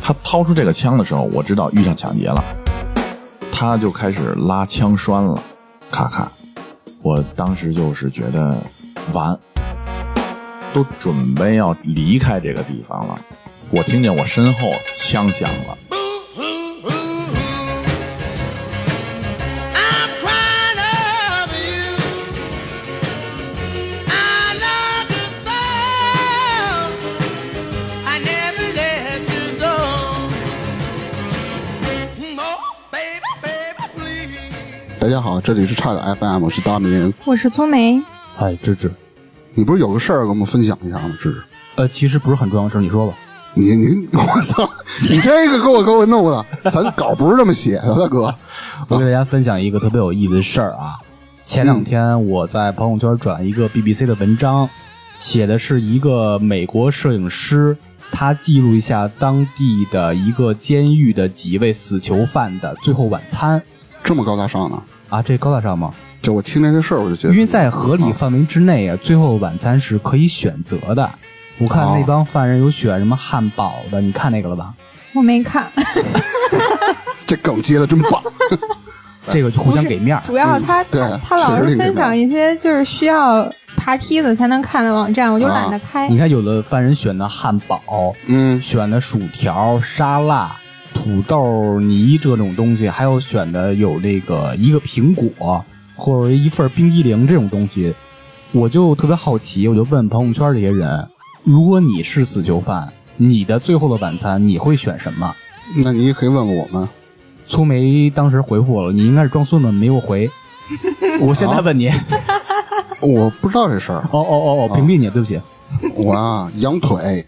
他抛出这个枪的时候，我知道遇上抢劫了，他就开始拉枪栓了，咔咔。我当时就是觉得完，都准备要离开这个地方了，我听见我身后枪响了。 大家好，这里是差点 FM， 我是大明， 我是聪梅。 嗨，芝芝， 你不是有个事儿跟我们分享一下吗？芝芝， 其实不是很重要的事，你说吧。 我操，你这个给我弄的，咱稿不是这么写的，大哥。 我给大家分享一个特别有意思的事儿啊。前两天我在朋友圈转一个 BBC 的文章，写的是一个美国摄影师，他记录一下当地的一个监狱的几位死囚犯的最后晚餐。 这么高大上呢？ 啊，这高大上吗？ 就我听这个事儿，我就觉得， 因为在合理范围之内啊，最后晚餐是可以选择的。我看那帮犯人有选什么汉堡的，你看那个了吧？ 我没看。 这梗接的真棒。 这个就互相给面。 主要他老是分享一些就是需要爬梯子才能看的网站，我就懒得开。 你看有的犯人选的汉堡，选的薯条、沙拉、土豆泥这种东西，还有选的有这个一个苹果或者一份冰激凌这种东西，我就特别好奇，我就问朋友圈这些人，如果你是死囚犯，你的最后的晚餐你会选什么？ 那你也可以问问我们。 粗梅当时回复我了，你应该是装孙子没有回。我现在问你。 我不知道这事儿。 屏蔽你，对不起。 我啊，羊腿。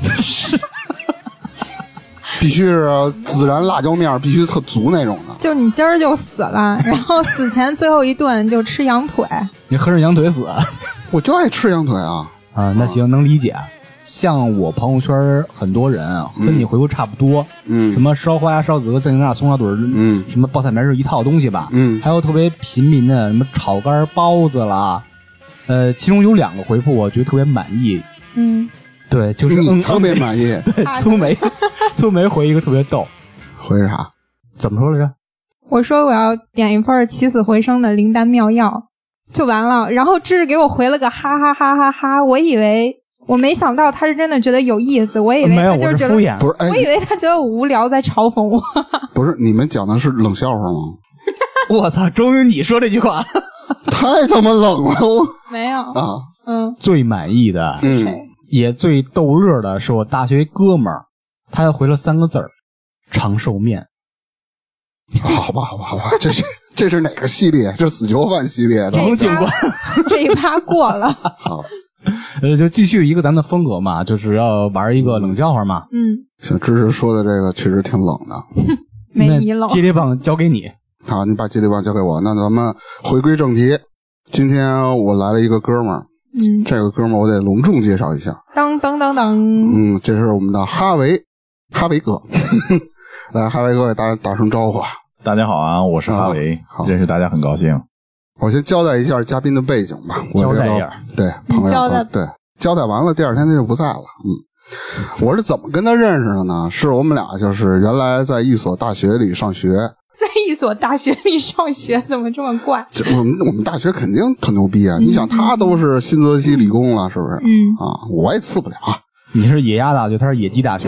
必须是孜然辣椒面，必须特足那种的。 就你今儿就死了，然后死前最后一顿就吃羊腿。 你喝着羊腿死？ 我就爱吃羊腿啊！ 啊，那行，能理解。像我朋友圈很多人啊，跟你回复差不多，什么烧花鸭、烧子鹅、酱油辣、松花腿，什么爆菜面是一套东西吧，还有特别平民的什么炒肝包子啦，其中有2个回复我觉得特别满意，对，就是你特别满意。 对，粗梅回一个特别逗， 回啥？ 怎么说来着？ 我说我要点一份起死回生的灵丹妙药，就完了。然后芝芝给我回了个哈哈哈哈哈，我没想到他是真的觉得有意思，我以为他就是觉得敷衍， 不是，我以为他觉得我无聊在嘲讽我。 不是，你们讲的是冷笑话吗？ 我操，终于你说这句话了。 太他妈冷了。 没有啊， 最满意的，也最逗乐的是我大学一哥们儿，他又回了3个字儿：长寿面。 好吧，这是哪个系列？这是死囚犯系列的。 警官， 这一趴过了。 好。 就继续一个咱们的风格嘛，就是要玩一个冷笑话嘛。 像芝芝说的这个确实挺冷的。 没你冷。 接力棒交给你。 好，你把接力棒交给我。那咱们回归正题。今天我来了一个哥们儿。这个哥们儿我得隆重介绍一下。 当。 这是我们的哈维哥。来，哈维哥给大家打声招呼。 大家好啊，我是哈维，认识大家很高兴。 我先交代一下嘉宾的背景吧。 交代一下。 对，朋友。对，交代完了，第2天他就不在了。我是怎么跟他认识的呢？是我们俩就是原来在一所大学里上学。 在一所大学里上学，怎么这么怪？ 我们大学肯定特牛逼啊！你想，他都是新泽西理工了，是不是？我也次不了。 你是野鸭大学，他是野鸡大学。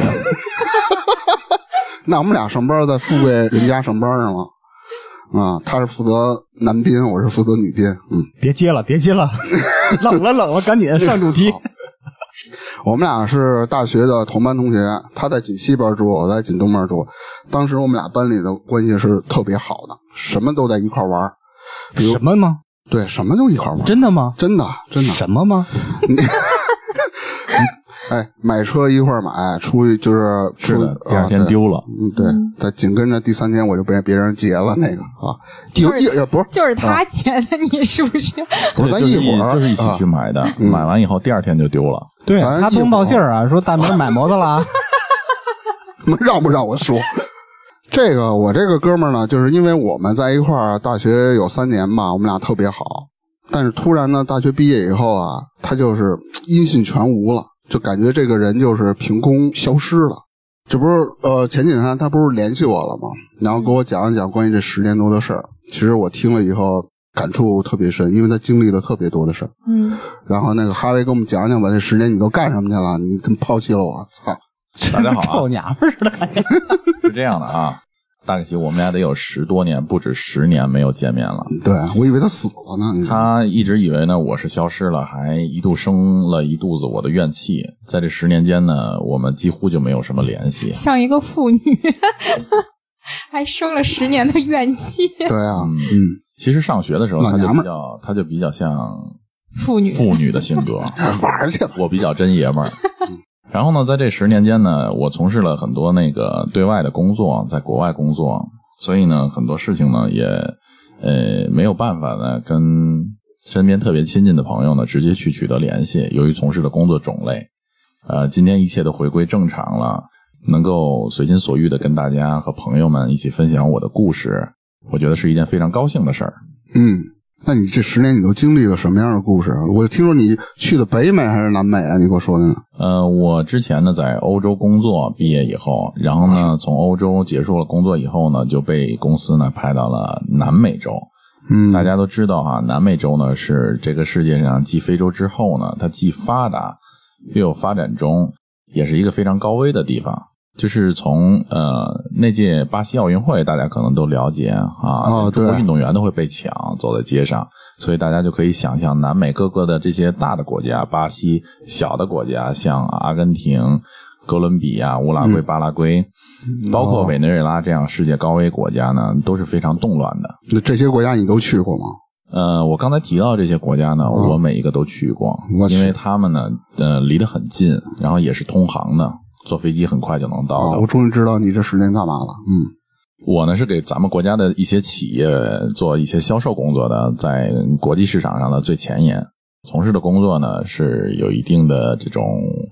那我们俩上班在富贵人家上班是吗？他是负责男宾，我是负责女宾。 别接了，冷了，赶紧上主题。 我们俩是大学的同班同学，他在锦西边住，我在锦东边住。当时我们俩班里的关系是特别好的，什么都在一块玩。 什么吗？ 对，什么都一块玩。 真的吗？ 真的。 什么吗？ 买车一块买，出去就是第2天丢了。 对，他紧跟着第3天我就被别人劫了那个不是， 就是他劫的你是不是？ 不是，咱一会儿就是一起去买的，买完以后第2天就丢了。 对，他通报信啊，说大明买摩托了。 让不让我说？我这个哥们儿呢，就是因为我们在一块儿大学有3年吧，我们俩特别好。但是突然呢，大学毕业以后啊，他就是音信全无了。就感觉这个人就是凭空消失了。 这不是前几天他不是联系我了吗？然后给我讲一讲关于这10年多的事儿。其实我听了以后感触特别深，因为他经历了特别多的事儿。然后那个哈维给我们讲讲吧，这10年你都干什么去了？你真抛弃了我，操！ 大家好啊， 臭娘们似的。 是这样的啊，大概其我们俩得有10多年，不止10年没有见面了。 对，我以为他死了呢。 他一直以为呢我是消失了，还一度生了一肚子我的怨气。在这10年间呢，我们几乎就没有什么联系， 像一个妇女还生了10年的怨气。 对啊， 其实上学的时候他就比较像妇女的性格， 玩去了。 我比较真爷们儿。然后呢，在这10年间呢，我从事了很多那个对外的工作，在国外工作，所以呢，很多事情呢也没有办法呢跟身边特别亲近的朋友呢直接去取得联系。由于从事的工作种类，今天一切都回归正常了，能够随心所欲的跟大家和朋友们一起分享我的故事，我觉得是一件非常高兴的事儿。 那你这10年你都经历了什么样的故事？我听说你去的北美还是南美啊？你给我说的呢？ 我之前呢在欧洲工作，毕业以后，然后呢从欧洲结束了工作以后呢，就被公司呢派到了南美洲。大家都知道哈，南美洲呢是这个世界上继非洲之后呢，它既发达又有发展中，也是一个非常高危的地方。就是从那届巴西奥运会，大家可能都了解啊，中国运动员都会被抢走在街上，所以大家就可以想象南美各个的这些大的国家，巴西小的国家，像阿根廷、哥伦比亚、乌拉圭、巴拉圭，包括委内瑞拉这样世界高危国家呢，都是非常动乱的。 那这些国家你都去过吗？ 我刚才提到这些国家呢，我每一个都去过，因为他们呢离得很近，然后也是通航的。坐飞机很快就能到的。 我终于知道你这10年干嘛了。 我呢是给咱们国家的一些企业做一些销售工作的，在国际市场上的最前沿，从事的工作呢是有一定的这种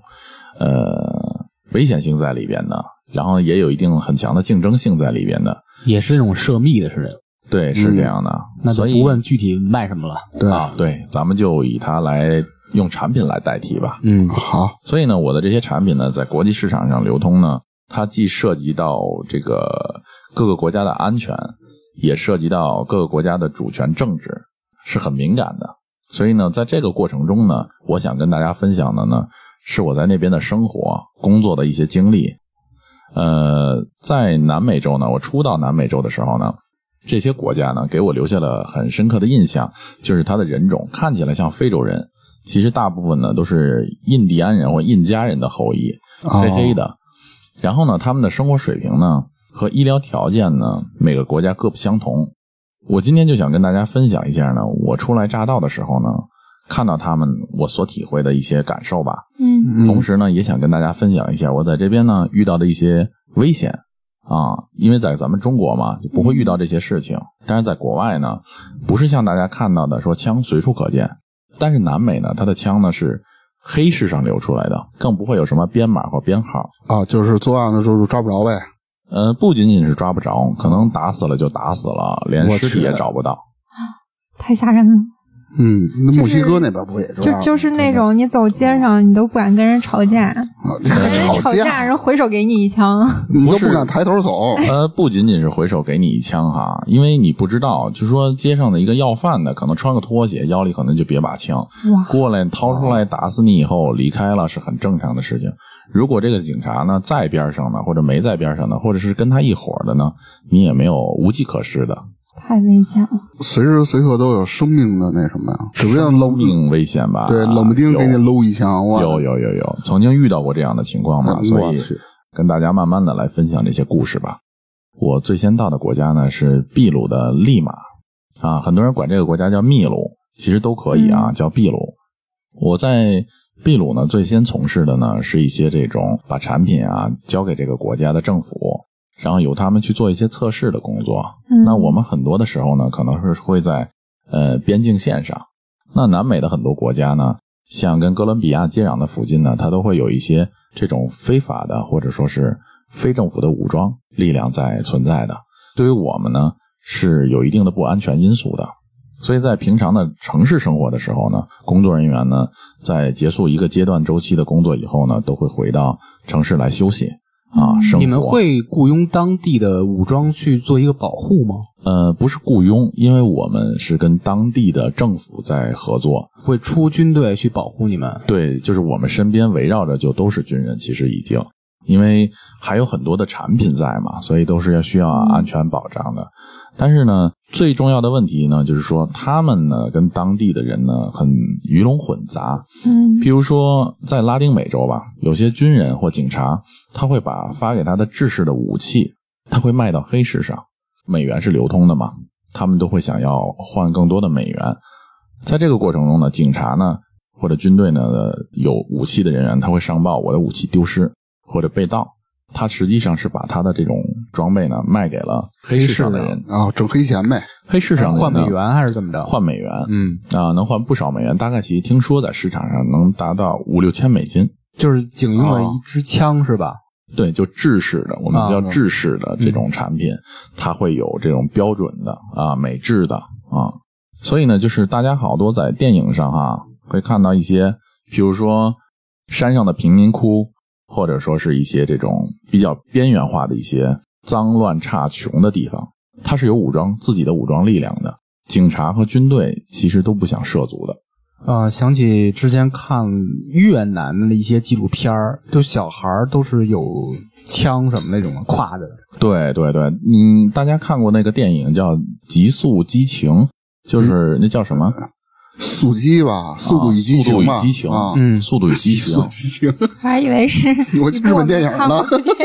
危险性在里边的，然后也有一定很强的竞争性在里边的， 也是那种涉密的似的。 对，是这样的。 那就不问具体卖什么了。 对，咱们就以它来用产品来代替吧。 好。 所以呢，我的这些产品呢，在国际市场上流通呢，它既涉及到这个各个国家的安全，也涉及到各个国家的主权政治，是很敏感的。所以呢，在这个过程中呢，我想跟大家分享的呢，是我在那边的生活、工作的一些经历。在南美洲呢，我初到南美洲的时候呢，这些国家呢，给我留下了很深刻的印象，就是它的人种看起来像非洲人。其实大部分呢都是印第安人或印加人的后裔，黑黑的。然后呢，他们的生活水平呢和医疗条件呢，每个国家各不相同。我今天就想跟大家分享一下呢，我初来乍到的时候呢，看到他们我所体会的一些感受吧。同时呢，也想跟大家分享一下我在这边呢遇到的一些危险啊，因为在咱们中国嘛，就不会遇到这些事情。但是在国外呢，不是像大家看到的说枪随处可见。但是南美呢，它的枪呢是黑市上流出来的，更不会有什么编码或编号就是作案的时候抓不着呗。 不仅仅是抓不着，可能打死了就打死了，连尸体也找不到。 太吓人了。 那墨西哥那边不也这样？ 就是那种你走街上你都不敢跟人吵架，跟人吵架人回手给你一枪， 你都不敢抬头走。 不仅仅是回手给你一枪哈，因为你不知道，就是说街上的一个要饭的，可能穿个拖鞋，腰里可能就别把枪，过来掏出来打死你以后离开了，是很正常的事情。如果这个警察呢在边上呢，或者没在边上呢，或者是跟他一伙的呢，你也没有无计可施的。 太危险了， 随时随刻都有生命的那什么呀，指不定生命危险吧？ 对，冷不丁给你搂一枪。 有，曾经遇到过这样的情况嘛，所以跟大家慢慢的来分享这些故事吧。我最先到的国家呢是秘鲁的利马啊，很多人管这个国家叫秘鲁，其实都可以啊，叫秘鲁。我在秘鲁呢最先从事的呢是一些这种把产品啊交给这个国家的政府，然后由他们去做一些测试的工作。那我们很多的时候呢，可能是会在边境线上。那南美的很多国家呢，像跟哥伦比亚接壤的附近呢，它都会有一些这种非法的或者说是非政府的武装力量在存在的。对于我们呢，是有一定的不安全因素的。所以在平常的城市生活的时候呢，工作人员呢，在结束一个阶段周期的工作以后呢，都会回到城市来休息。 生活。 你们会雇佣当地的武装去做一个保护吗？ 不是雇佣，因为我们是跟当地的政府在合作， 会出军队去保护你们。 对，就是我们身边围绕着就都是军人，其实已经，因为还有很多的产品在嘛，所以都是需要安全保障的。但是呢，最重要的问题呢，就是说他们呢跟当地的人呢很鱼龙混杂。比如说在拉丁美洲吧，有些军人或警察，他会把发给他的制式的武器，他会卖到黑市上。美元是流通的嘛，他们都会想要换更多的美元。在这个过程中呢，警察呢或者军队呢有武器的人员，他会上报我的武器丢失或者被盗，他实际上是把他的这种装备呢卖给了黑市上的人挣黑钱呗。 黑市上的人换美元还是怎么着？ 换美元，能换不少美元，大概其实听说在市场上能达到5-6千美金， 就是警用的一支枪是吧？ 对，就制式的，我们叫制式的这种产品，它会有这种标准的美制的所以呢，就是大家好多在电影上会看到一些，比如说山上的贫民窟，或者说是一些这种比较边缘化的一些脏乱差穷的地方，它是有自己的武装力量的，警察和军队其实都不想涉足的。 想起之前看越南的一些纪录片儿，就小孩都是有枪什么那种挎着。对对对，大家看过那个电影叫《极速激情》，就是那叫什么？ 速激吧，速度与激情吧， 速度与激情， 还以为是我日本电影呢。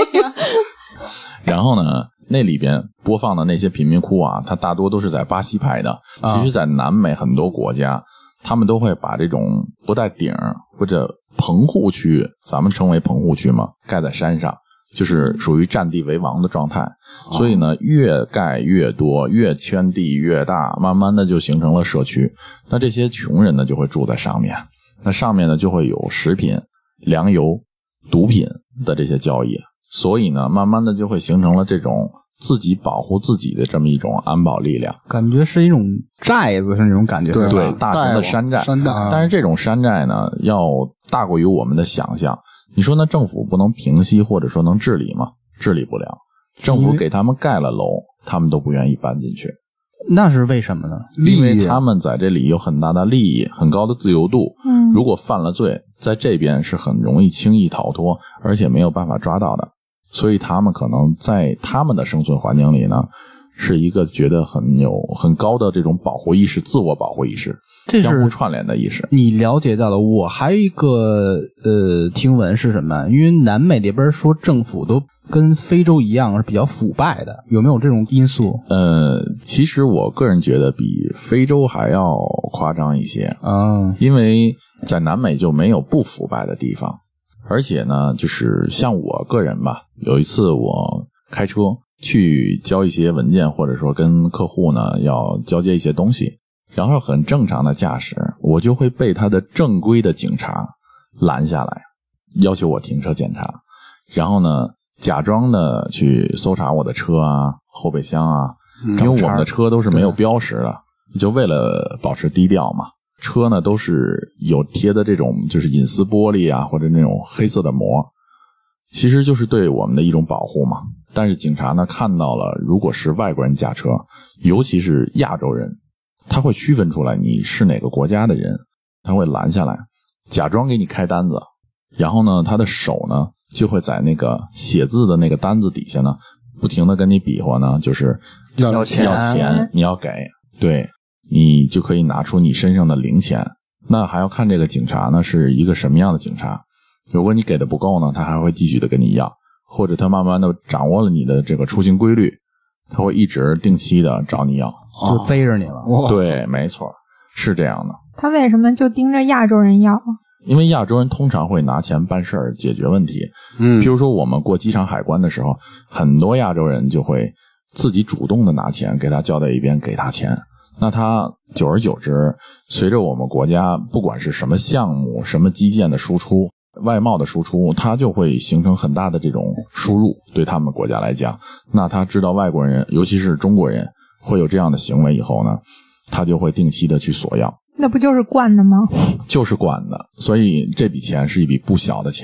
然后呢，那里边播放的那些贫民窟它大多都是在巴西拍的。其实在南美很多国家，他们都会把这种不带顶或者棚户区，咱们称为棚户区嘛，盖在山上，就是属于占地为王的状态。所以呢，越盖越多，越圈地越大，慢慢的就形成了社区。那这些穷人呢就会住在上面，那上面呢就会有食品、粮油、毒品的这些交易。所以呢，慢慢的就会形成了这种自己保护自己的这么一种安保力量， 感觉是一种寨子，是那种感觉。 对，大型的山寨。但是这种山寨呢，要大过于我们的想象。你说那政府不能平息或者说能治理吗？治理不了。政府给他们盖了楼，他们都不愿意搬进去。 那是为什么呢？ 因为他们在这里有很大的利益，很高的自由度。如果犯了罪，在这边是很容易轻易逃脱，而且没有办法抓到的。所以他们可能在他们的生存环境里呢，是一个觉得很高的这种保护意识，自我保护意识，相互串联的意识。 你了解到了。我还有一个听闻是什么？因为南美那边说政府都跟非洲一样是比较腐败的，有没有这种因素？ 其实我个人觉得比非洲还要夸张一些因为在南美就没有不腐败的地方。而且呢，就是像我个人吧，有一次我开车去交一些文件，或者说跟客户呢要交接一些东西，然后很正常的驾驶，我就会被他的正规的警察拦下来，要求我停车检查，然后呢假装的去搜查我的车后备箱因为我们的车都是没有标识的，就为了保持低调嘛。车呢都是有贴的这种就是隐私玻璃或者那种黑色的膜，其实就是对我们的一种保护嘛。但是警察呢看到了，如果是外国人驾车，尤其是亚洲人，他会区分出来你是哪个国家的人，他会拦下来，假装给你开单子，然后呢他的手呢就会在那个写字的那个单子底下呢不停的跟你比划呢，就是要钱你要给，对，你就可以拿出你身上的零钱。那还要看这个警察呢是一个什么样的警察，如果你给的不够呢，他还会继续的跟你要，或者他慢慢的掌握了你的这个出行规律，他会一直定期的找你要， 就贼着你了。 对，没错，是这样的。 他为什么就盯着亚洲人要？ 因为亚洲人通常会拿钱办事儿解决问题。比如说我们过机场海关的时候，很多亚洲人就会自己主动的拿钱给他叫在一边，给他钱。那他久而久之，随着我们国家不管是什么项目、什么基建的输出、外贸的输出，它就会形成很大的这种输入，对他们国家来讲。那他知道外国人，尤其是中国人会有这样的行为以后呢，他就会定期的去索要。 那不就是惯的吗？ 就是惯的，所以这笔钱是一笔不小的钱。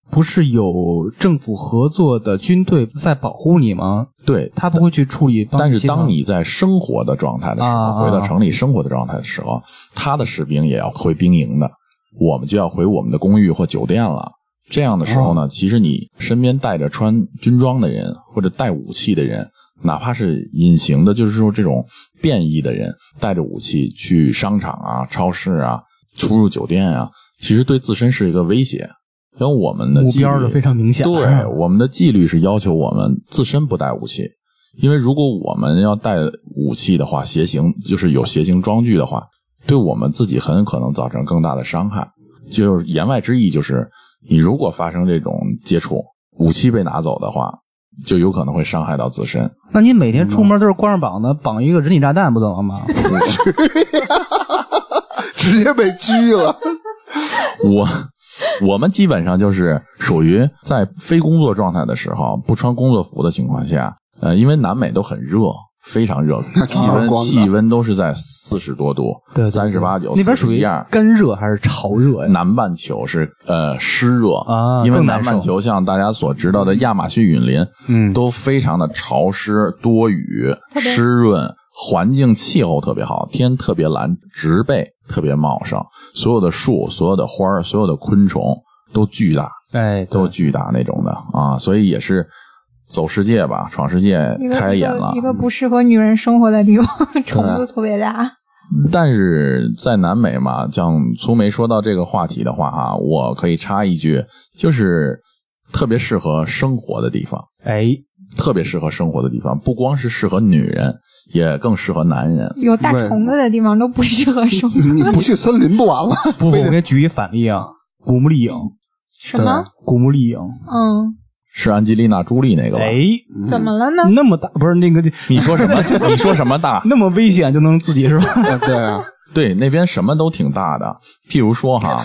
不是有政府合作的军队在保护你吗？ 对， 他不会去处理。 但是当你在生活的状态的时候，回到城里生活的状态的时候，他的士兵也要回兵营的，我们就要回我们的公寓或酒店了。这样的时候呢，其实你身边带着穿军装的人或者带武器的人，哪怕是隐形的，就是说这种变异的人带着武器去商场啊、超市啊、出入酒店啊，其实对自身是一个威胁。因为我们的目标是非常明显， 对，我们的纪律是要求我们自身不带武器，因为如果我们要带武器的话，携行就是有携行装具的话，对我们自己很可能造成更大的伤害。就是言外之意就是，你如果发生这种接触，武器被拿走的话，就有可能会伤害到自身。 那你每天出门都是光着膀子，绑一个人体炸弹不得了吗？ 直接被拘了。 我们基本上就是属于在非工作状态的时候，不穿工作服的情况下，因为南美都很热，非常热，气温都是在40多度， 对 ，38、9， 那边属于干热还是潮热呀？ 南半球是湿热啊，因为南半球像大家所知道的亚马逊雨林，都非常的潮湿、多雨、湿润。环境气候特别好，天特别蓝，植被特别茂盛，所有的树、所有的花、所有的昆虫都巨大，都巨大那种的啊，所以也是走世界吧，闯世界开眼了。 一个不适合女人生活的地方，虫子特别大。 但是在南美嘛，像粗梅说到这个话题的话哈，我可以插一句，就是特别适合生活的地方，特别适合生活的地方，不光是适合女人，也更适合男人。 有大虫子的地方都不适合生存。 你不去森林不完了？ 不，我给你举一反例啊，古墓丽影。 什么？ 古墓丽影。 是安吉丽娜·朱莉那个吧？ 怎么了呢？ 那么大，不是那个？ 你说什么？你说什么大？ 那么危险就能自己是吧？ 对啊， 对，那边什么都挺大的。譬如说哈，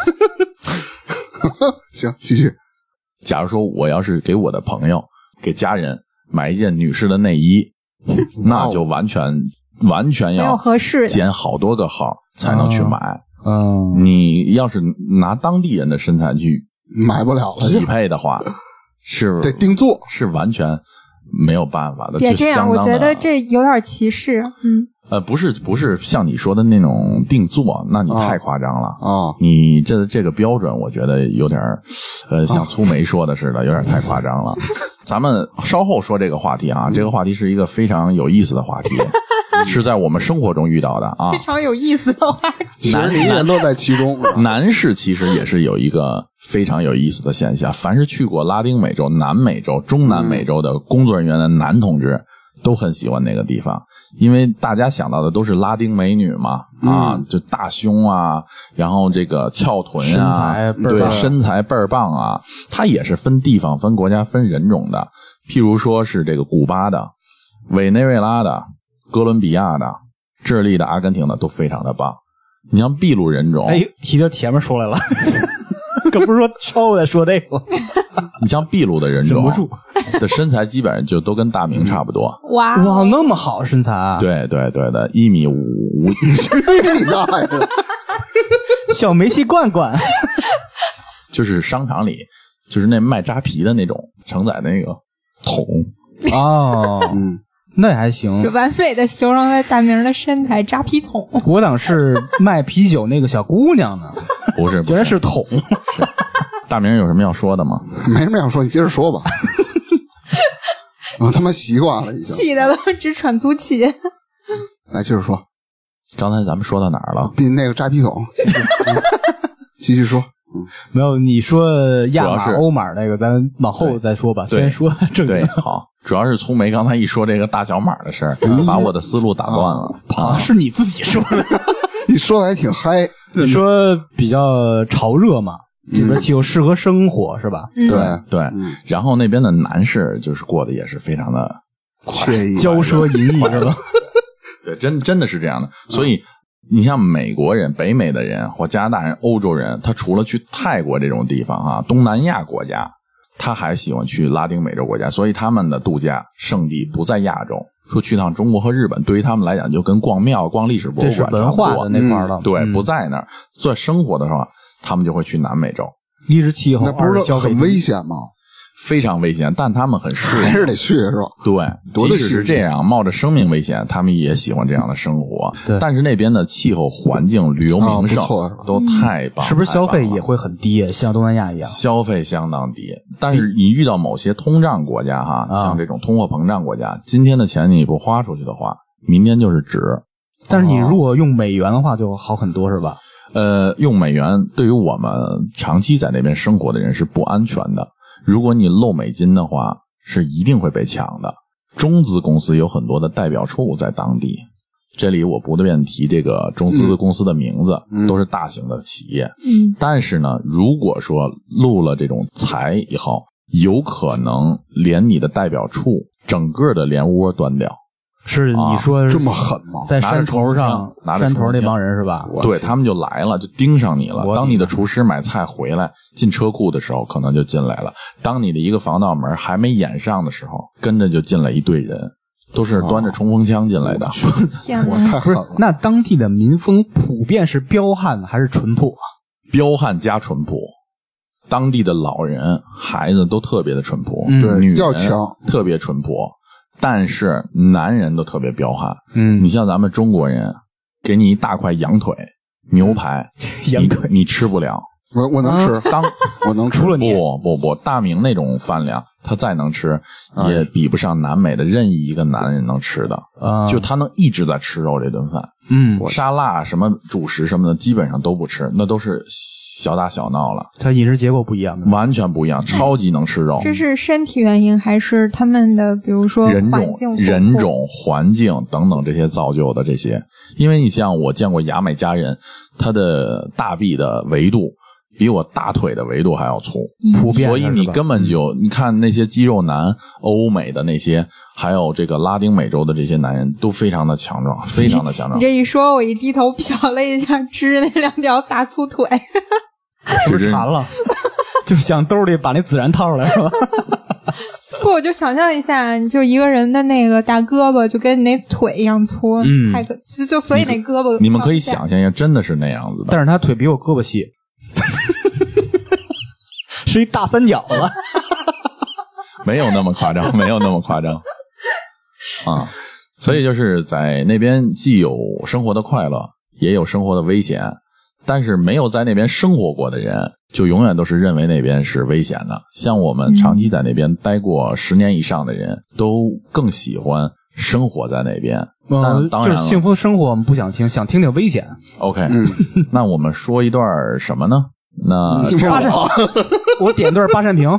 行，继续。 假如说我要是给我的朋友、给家人买一件女士的内衣，那就完全要合适减好多个号才能去买。你要是拿当地人的身材去买不了了， 匹配的话，是得定做， 是完全没有办法的。 别这样，我觉得这有点歧视。 不是像你说的那种定做，那你太夸张了啊！你这个标准，我觉得有点像粗梅说的似的，有点太夸张了。咱们稍后说这个话题啊，这个话题是一个非常有意思的话题，是在我们生活中遇到的啊， 非常有意思的话题。 男人也乐在其中。 男士其实也是有一个非常有意思的现象，凡是去过拉丁美洲、南美洲、中南美洲的工作人员的男同志，都很喜欢那个地方，因为大家想到的都是拉丁美女嘛，就大胸啊，然后这个翘臀啊，对，身材倍儿棒啊。它也是分地方、分国家、分人种的。譬如说是这个古巴的、委内瑞拉的、哥伦比亚的、智利的、阿根廷的都非常的棒。你像秘鲁人种， 提到前面说来了。可不是说稍微再说这个， 你像秘鲁的人种的身材基本上就都跟大明差不多。 哇， 那么好身材啊！ 对的，1.5米。 你大爷的！ 小煤气罐罐， 就是商场里，就是那卖扎皮的那种承载那个桶那还行， 完美的形容了大明的身材，扎皮桶。 我当是卖啤酒那个小姑娘呢， 不是， 原来是桶。 大明有什么要说的吗？ 没什么要说，你接着说吧。我他妈习惯了，已经气的都直喘粗气。 来，接着说。 刚才咱们说到哪儿了？ 比那个扎皮桶。继续说。 没有，你说亚马欧马那个，咱往后再说吧。先说正对，好。主要是粗梅刚才一说这个大小码的事儿，把我的思路打断了。 是你自己说的， 你说的还挺嗨。 你说比较潮热嘛，里边气候适合生活是吧？ 对。然后那边的男士就是过得也是非常的惬意， 骄奢淫逸是吧？ 对，真的是这样的。所以你像美国人、北美的人或加拿大人、欧洲人，他除了去泰国这种地方东南亚国家，他还喜欢去拉丁美洲国家，所以他们的度假胜地不在亚洲。说去趟中国和日本，对于他们来讲就跟逛庙、逛历史博物馆这是文化的那块了。 对，不在那儿做生活的时候，他们就会去南美洲。 一是气候， 那不是很危险吗？ 非常危险，但他们很适应， 还是得去是吧？ 对，即使是这样，冒着生命危险，他们也喜欢这样的生活。 对， 但是那边的气候环境、旅游名胜都太棒了， 是不是消费也会很低？像东南亚一样， 消费相当低。但是你遇到某些通胀国家哈，像这种通货膨胀国家，今天的钱你不花出去的话，明天就是纸。 但是你如果用美元的话，就好很多，是吧？ 用美元对于我们长期在那边生活的人是不安全的。如果你漏美金的话，是一定会被抢的。中资公司有很多的代表处在当地，这里我不便提这个中资公司的名字，都是大型的企业。但是呢，如果说入了这种财以后，有可能连你的代表处整个的连窝端掉。 是你说这么狠吗？ 在山头上，山头那帮人是吧？ 对，他们就来了，就盯上你了。当你的厨师买菜回来进车库的时候，可能就进来了。当你的一个防盗门还没掩上的时候，跟着就进来一队人，都是端着冲锋枪进来的。 我太狠了。 那当地的民风普遍是彪悍还是淳朴啊？ 彪悍加淳朴。当地的老人、孩子都特别的淳朴， 对， 女人要强， 特别淳朴。但是男人都特别彪悍，你像咱们中国人，给你一大块羊腿、牛排， 羊腿你吃不了。 我能吃，我能吃。 除了你， 不，大明那种饭量，他再能吃，也比不上南美的任意一个男人能吃的。就他能一直在吃肉这顿饭，沙拉什么主食什么的基本上都不吃，那都是小打小闹了。 他饮食结构不一样， 完全不一样，超级能吃肉。 这是身体原因还是他们的比如说人种、环境等等这些造就的这些？因为你像我见过牙买加人，他的大臂的维度比我大腿的维度还要粗， 普遍。 所以你根本就你看那些肌肉男，欧美的那些，还有这个拉丁美洲的这些男人都非常的强壮，非常的强壮。 你这一说，我一低头瞟了一下，支那两条大粗腿， 是不是馋了？就是想兜里把那孜然掏出来是吧？ 不，我就想象一下，就一个人的那个大胳膊，就跟你那腿一样粗，就所以那胳膊， 你们可以想象一下，真的是那样子的。 但是他腿比我胳膊细。是一大三角了， 没有那么夸张，没有那么夸张啊！所以就是在那边既有生活的快乐，也有生活的危险，但是没有在那边生活过的人，就永远都是认为那边是危险的。像我们长期在那边待过10年以上的人，都更喜欢生活在那边。当然就是幸福的生活我们不想听，想听听危险。 OK，那我们说一段什么呢？那我点段八扇屏，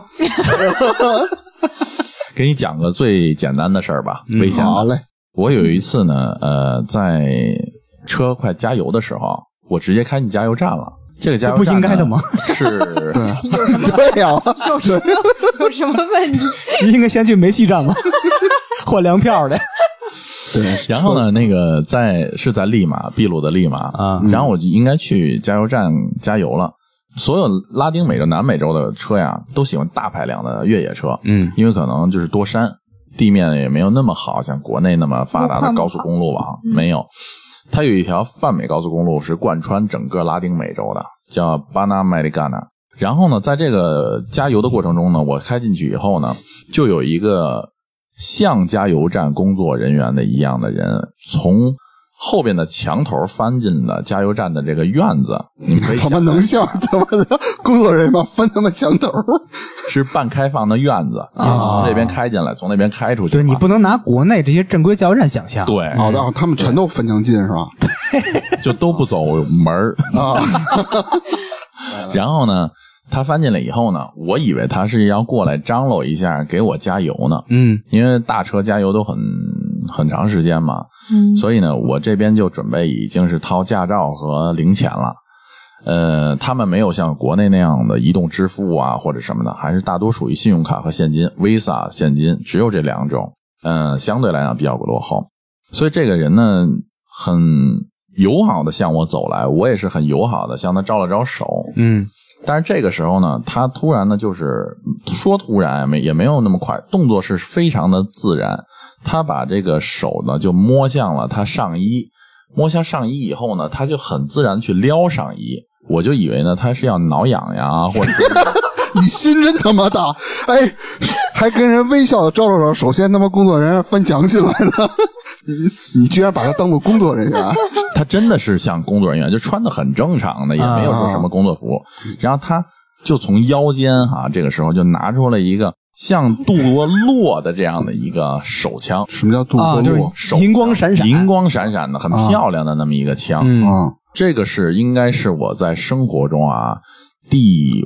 给你讲个最简单的事儿吧，危险的。 好嘞。 我有一次呢，在车快加油的时候，我直接开进加油站了。这个加油站不应该的吗？ 是， 对呀， 有什么问题？ 你应该先去煤气站吗？换粮票的。 对，然后呢，那个是在利马，秘鲁的利马啊，然后我就应该去加油站加油了。所有拉丁美洲、南美洲的车呀，都喜欢大排量的越野车，因为可能就是多山，地面也没有那么好，像国内那么发达的高速公路网没有。它有一条泛美高速公路是贯穿整个拉丁美洲的，叫巴拿马利加纳。然后呢，在这个加油的过程中呢，我开进去以后呢，就有一个像加油站工作人员的一样的人从后边的墙头翻进了加油站的这个院子，你们可以他们能像他们的工作人员吗？翻他们墙头是半开放的院子，从这边开进来，从那边开出去。 对，你不能拿国内这些正规加油站想象。 对， 好的，他们全都分墙进是吧？ 就都不走门啊。然后呢，他翻进来以后呢，我以为他是要过来张罗一下给我加油呢。因为大车加油都很长时间嘛，所以呢，我这边就准备已经是掏驾照和零钱了。他们没有像国内那样的移动支付啊或者什么的，还是大多属于信用卡和现金 ，Visa 现金只有这两种。相对来讲比较落后。所以这个人呢，很友好的向我走来，我也是很友好的向他招了招手。但是这个时候呢，他突然呢，就是说突然也没有那么快，动作是非常的自然。他把这个手呢就摸向了他上衣，摸下上衣以后呢，他就很自然去撩上衣， 我就以为呢他是要挠痒痒或者你心真他妈大，哎，还跟人微笑的招手。首先他妈工作人员翻墙进来的，你居然把他当做工作人员？ 他真的是像工作人员，就穿的很正常的，也没有说什么工作服。然后他就从腰间这个时候就拿出了一个像杜多洛的这样的一个手枪。 什么叫杜多洛？ 就是银光闪闪， 银光闪闪的，很漂亮的那么一个枪。这个是应该是我在生活中第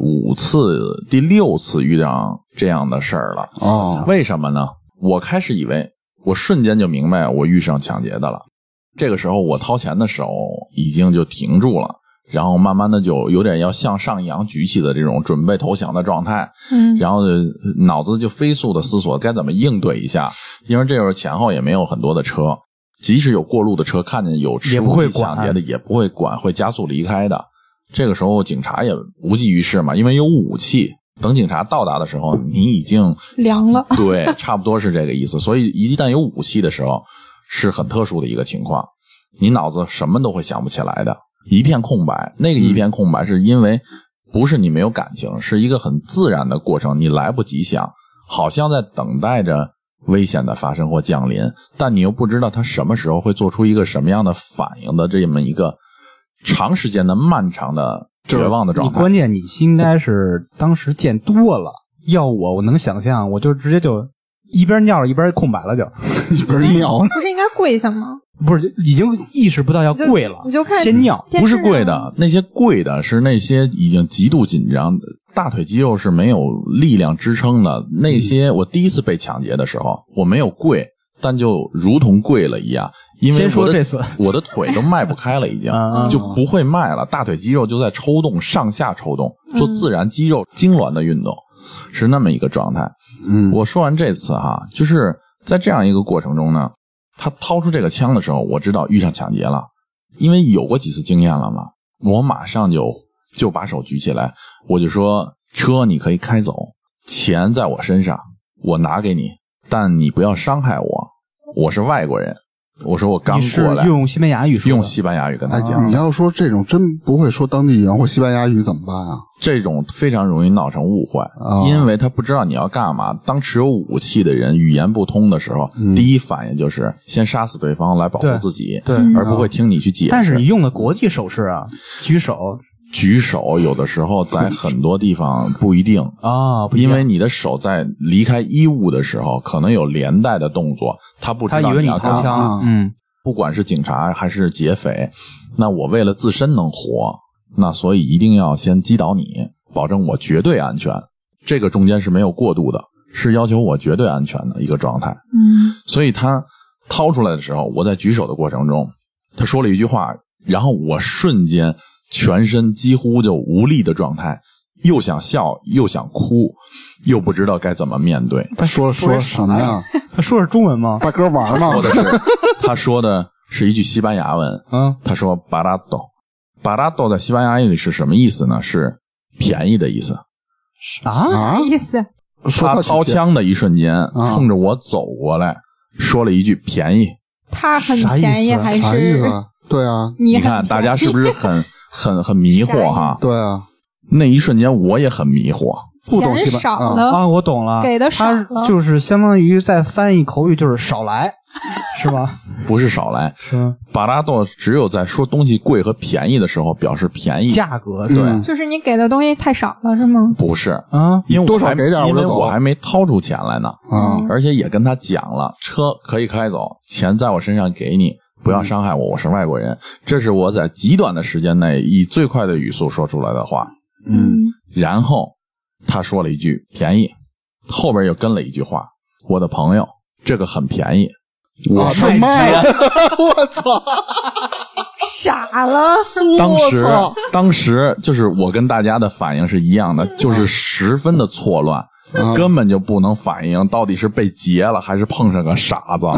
6次遇到这样的事儿了。为什么呢？我开始以为，我瞬间就明白我遇上抢劫的了。这个时候我掏钱的手已经就停住了，然后慢慢的就有点要向上扬举起的这种准备投降的状态。然后脑子就飞速的思索该怎么应对一下，因为这时候前后也没有很多的车，即使有过路的车看见有持武器抢劫的也不会管，会加速离开的。这个时候警察也无济于事嘛，因为有武器，等警察到达的时候你已经凉了。 对，差不多是这个意思。所以一旦有武器的时候是很特殊的一个情况，你脑子什么都会想不起来的，一片空白。那个一片空白是因为不是你没有感情，是一个很自然的过程，你来不及想，好像在等待着危险的发生或降临，但你又不知道他什么时候会做出一个什么样的反应的这么一个长时间的漫长的绝望的状态。 关键你应该是当时见多了，要我能想象，我就直接就一边尿着一边空白了，就一边尿不是应该跪下吗？ 不是，已经意识不到要跪了， 你就看先尿。 不是跪的，那些跪的是那些已经极度紧张，大腿肌肉是没有力量支撑的。那些我第一次被抢劫的时候，我没有跪，但就如同跪了一样。因为我的腿都迈不开了，已经就不会迈了，大腿肌肉就在抽动，上下抽动，做自然肌肉痉挛的运动，是那么一个状态。我说完这次就是在这样一个过程中呢，他掏出这个枪的时候，我知道遇上抢劫了，因为有过几次经验了嘛，我马上就把手举起来，我就说车你可以开走，钱在我身上，我拿给你，但你不要伤害我，我是外国人。我说我刚过来， 用西班牙语说， 用西班牙语跟他讲。 你要说这种真不会说当地语言或西班牙语怎么办啊？ 这种非常容易闹成误会，因为他不知道你要干嘛。当持有武器的人语言不通的时候，第一反应就是先杀死对方来保护自己， 对， 而不会听你去解释。 但是你用的国际手势举手有的时候在很多地方不一定因为你的手在离开衣物的时候可能有连带的动作，他不知道你要掏枪。 不管是警察还是劫匪，那我为了自身能活，那所以一定要先击倒你，保证我绝对安全。这个中间是没有过渡的，是要求我绝对安全的一个状态。所以他掏出来的时候，我在举手的过程中，他说了一句话，然后我瞬间全身几乎就无力的状态，又想笑又想哭，又不知道该怎么面对。 他说什么呀？ 他说是中文吗？ 大哥玩吗？ 他说的是一句西班牙文。他说巴拉多，巴拉多在西班牙语里是什么意思呢？是便宜的意思。 意思？ 他掏枪的一瞬间，冲着我走过来，说了一句便宜。 他很便宜还是？ 啥意思？对啊， 你看大家是不是很迷惑哈？ 对啊， 那一瞬间我也很迷惑。 不懂西班牙了我懂了， 给的少了， 他就是相当于在翻译口语，就是少来，是吧？ 不是少来， 是巴拉多只有在说东西贵和便宜的时候表示便宜价格，对， 就是你给的东西太少了，是吗？ 不是因为多少给点， 因为我还没掏出钱来呢，而且也跟他讲了，车可以开走，钱在我身上给你，不要伤害我，我是外国人。这是我在极短的时间内以最快的语速说出来的话。然后他说了一句便宜，后边又跟了一句话，我的朋友，这个很便宜，我卖钱。我操， 傻了。 当时就是我跟大家的反应是一样的，就是十分的错乱，根本就不能反应到底是被劫了还是碰上个傻子。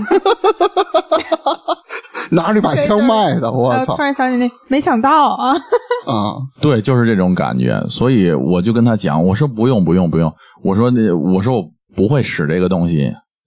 拿着把枪卖的，我操！ 突然想起那，没想到啊！ 对，就是这种感觉，所以我就跟他讲，我说不用，我说我不会使这个东西，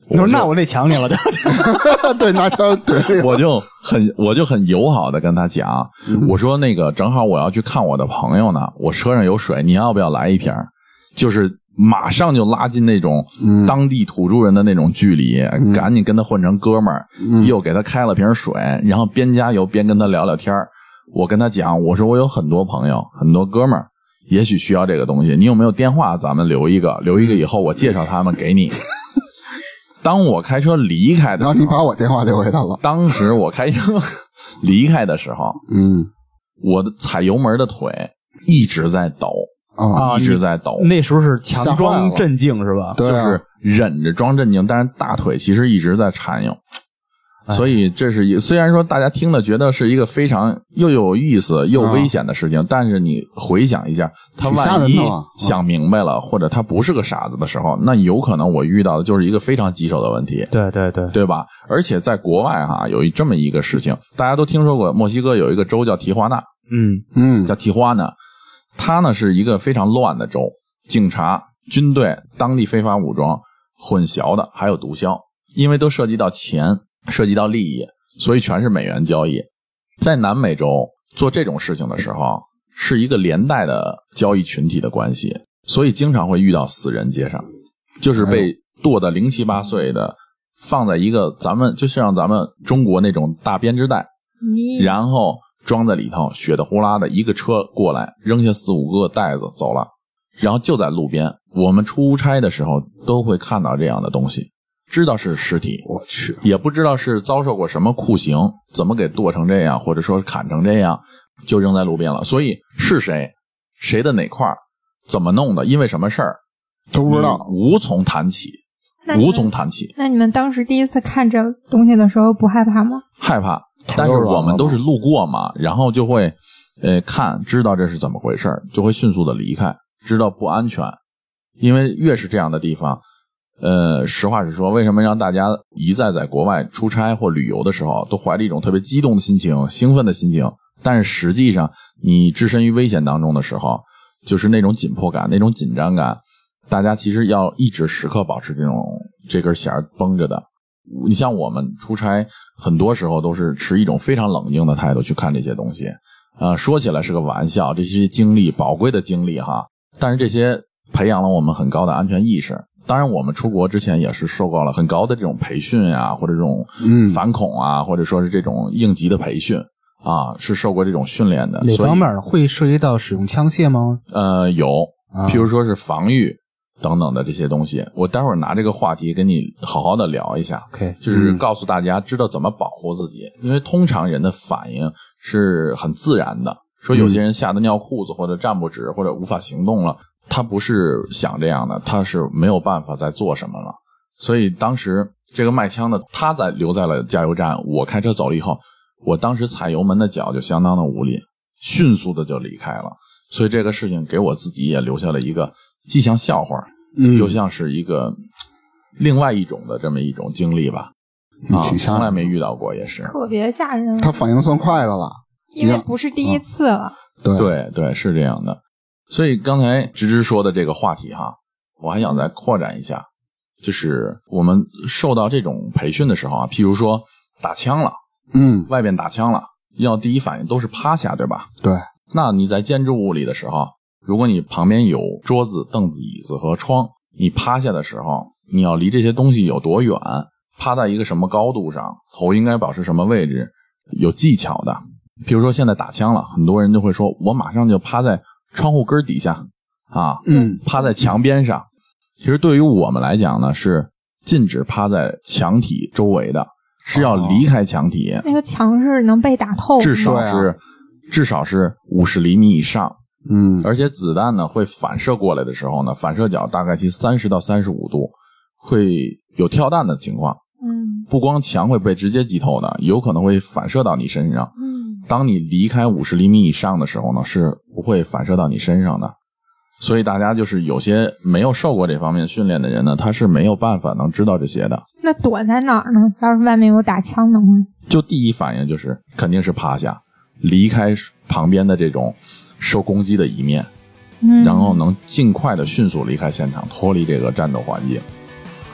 那我得抢你了， 对，拿枪怼我就很友好的跟他讲，我说那个正好我要去看我的朋友呢，我车上有水，你要不要来一瓶？就是马上就拉近那种当地土著人的那种距离，赶紧跟他混成哥们儿，又给他开了瓶水，然后边加油边跟他聊聊天。我跟他讲，我说我有很多朋友，很多哥们儿，也许需要这个东西，你有没有电话？咱们留一个以后我介绍他们给你。当我开车离开的时候， 然后你把我电话留给他了。 当时我开车离开的时候，我的踩油门的腿一直在抖一直在抖。 那时候是强装镇静是吧？ 对、 就是忍着装镇静，但是大腿其实一直在颤悠。所以这是虽然说大家听了觉得是一个非常又有意思又危险的事情，但是你回想一下，他万一想明白了，或者他不是个傻子的时候，那有可能我遇到的就是一个非常棘手的问题。 对对对， 对吧？而且在国外有这么一个事情，大家都听说过，墨西哥有一个州叫提华纳，叫提华纳，它呢是一个非常乱的州，警察、军队、当地非法武装混淆的，还有毒枭，因为都涉及到钱。涉及到利益，所以全是美元交易。在南美洲做这种事情的时候，是一个连带的交易群体的关系，所以经常会遇到死人街上，就是被剁得0、7、8岁的，放在一个就像咱们中国那种大编织袋，然后装在里头，血的呼啦的一个车过来，扔下4、5个袋子走了，然后就在路边。我们出差的时候都会看到这样的东西。知道是尸体， 我去， 也不知道是遭受过什么酷刑，怎么给剁成这样，或者说砍成这样，就扔在路边了。所以是谁的哪块怎么弄的，因为什么事儿都不知道， 无从谈起。 那你们当时第一次看这东西的时候不害怕吗？ 害怕，但是我们都是路过嘛，然后就会看，知道这是怎么回事，就会迅速的离开，知道不安全。因为越是这样的地方，实话实说，为什么让大家一再在国外出差或旅游的时候都怀着一种特别激动的心情、兴奋的心情，但是实际上你置身于危险当中的时候，就是那种紧迫感、那种紧张感，大家其实要一直时刻保持这根弦绷着的。你像我们出差，很多时候都是持一种非常冷静的态度去看这些东西。说起来是个玩笑，这些经历宝贵的经历哈，但是这些培养了我们很高的安全意识。当然我们出国之前也是受过了很高的这种培训啊，或者这种反恐啊，或者说是这种应急的培训啊，是受过这种训练的。 哪方面会涉及到使用枪械吗？ 有，譬如说是防御等等的这些东西，我待会儿拿这个话题跟你好好的聊一下。 OK， 就是告诉大家知道怎么保护自己，因为通常人的反应是很自然的，说有些人吓得尿裤子或者站不直或者无法行动了，他不是想这样的，他是没有办法再做什么了。所以当时这个卖枪的他留在了加油站，我开车走了以后，我当时踩油门的脚就相当的无力，迅速的就离开了。所以这个事情给我自己也留下了一个既像笑话，又像是一个另外一种的这么一种经历吧。从来没遇到过，也是特别吓人。 他反应算快的了， 因为不是第一次了。 对， 是这样的。所以刚才芝芝说的这个话题哈，我还想再扩展一下，就是我们受到这种培训的时候啊，譬如说打枪了，外边打枪了，要第一反应都是趴下，对吧？ 对。 那你在建筑物里的时候，如果你旁边有桌子、凳子、椅子和窗，你趴下的时候，你要离这些东西有多远，趴在一个什么高度上，头应该保持什么位置，有技巧的。比如说现在打枪了，很多人就会说，我马上就趴在窗户根底下啊，趴在墙边上。其实对于我们来讲呢，是禁止趴在墙体周围的，是要离开墙体。 那个墙是能被打透的， 至少是50厘米以上。而且子弹呢会反射过来的时候呢，反射角大概其30到35度，会有跳弹的情况。不光墙会被直接击透的，有可能会反射到你身上。当你离开50厘米以上的时候呢，是不会反射到你身上的。所以大家就是有些没有受过这方面训练的人呢，他是没有办法能知道这些的。 那躲在哪儿呢？要是外面有打枪的话， 就第一反应就是肯定是趴下，离开旁边的这种受攻击的一面，然后能尽快的迅速离开现场，脱离这个战斗环境。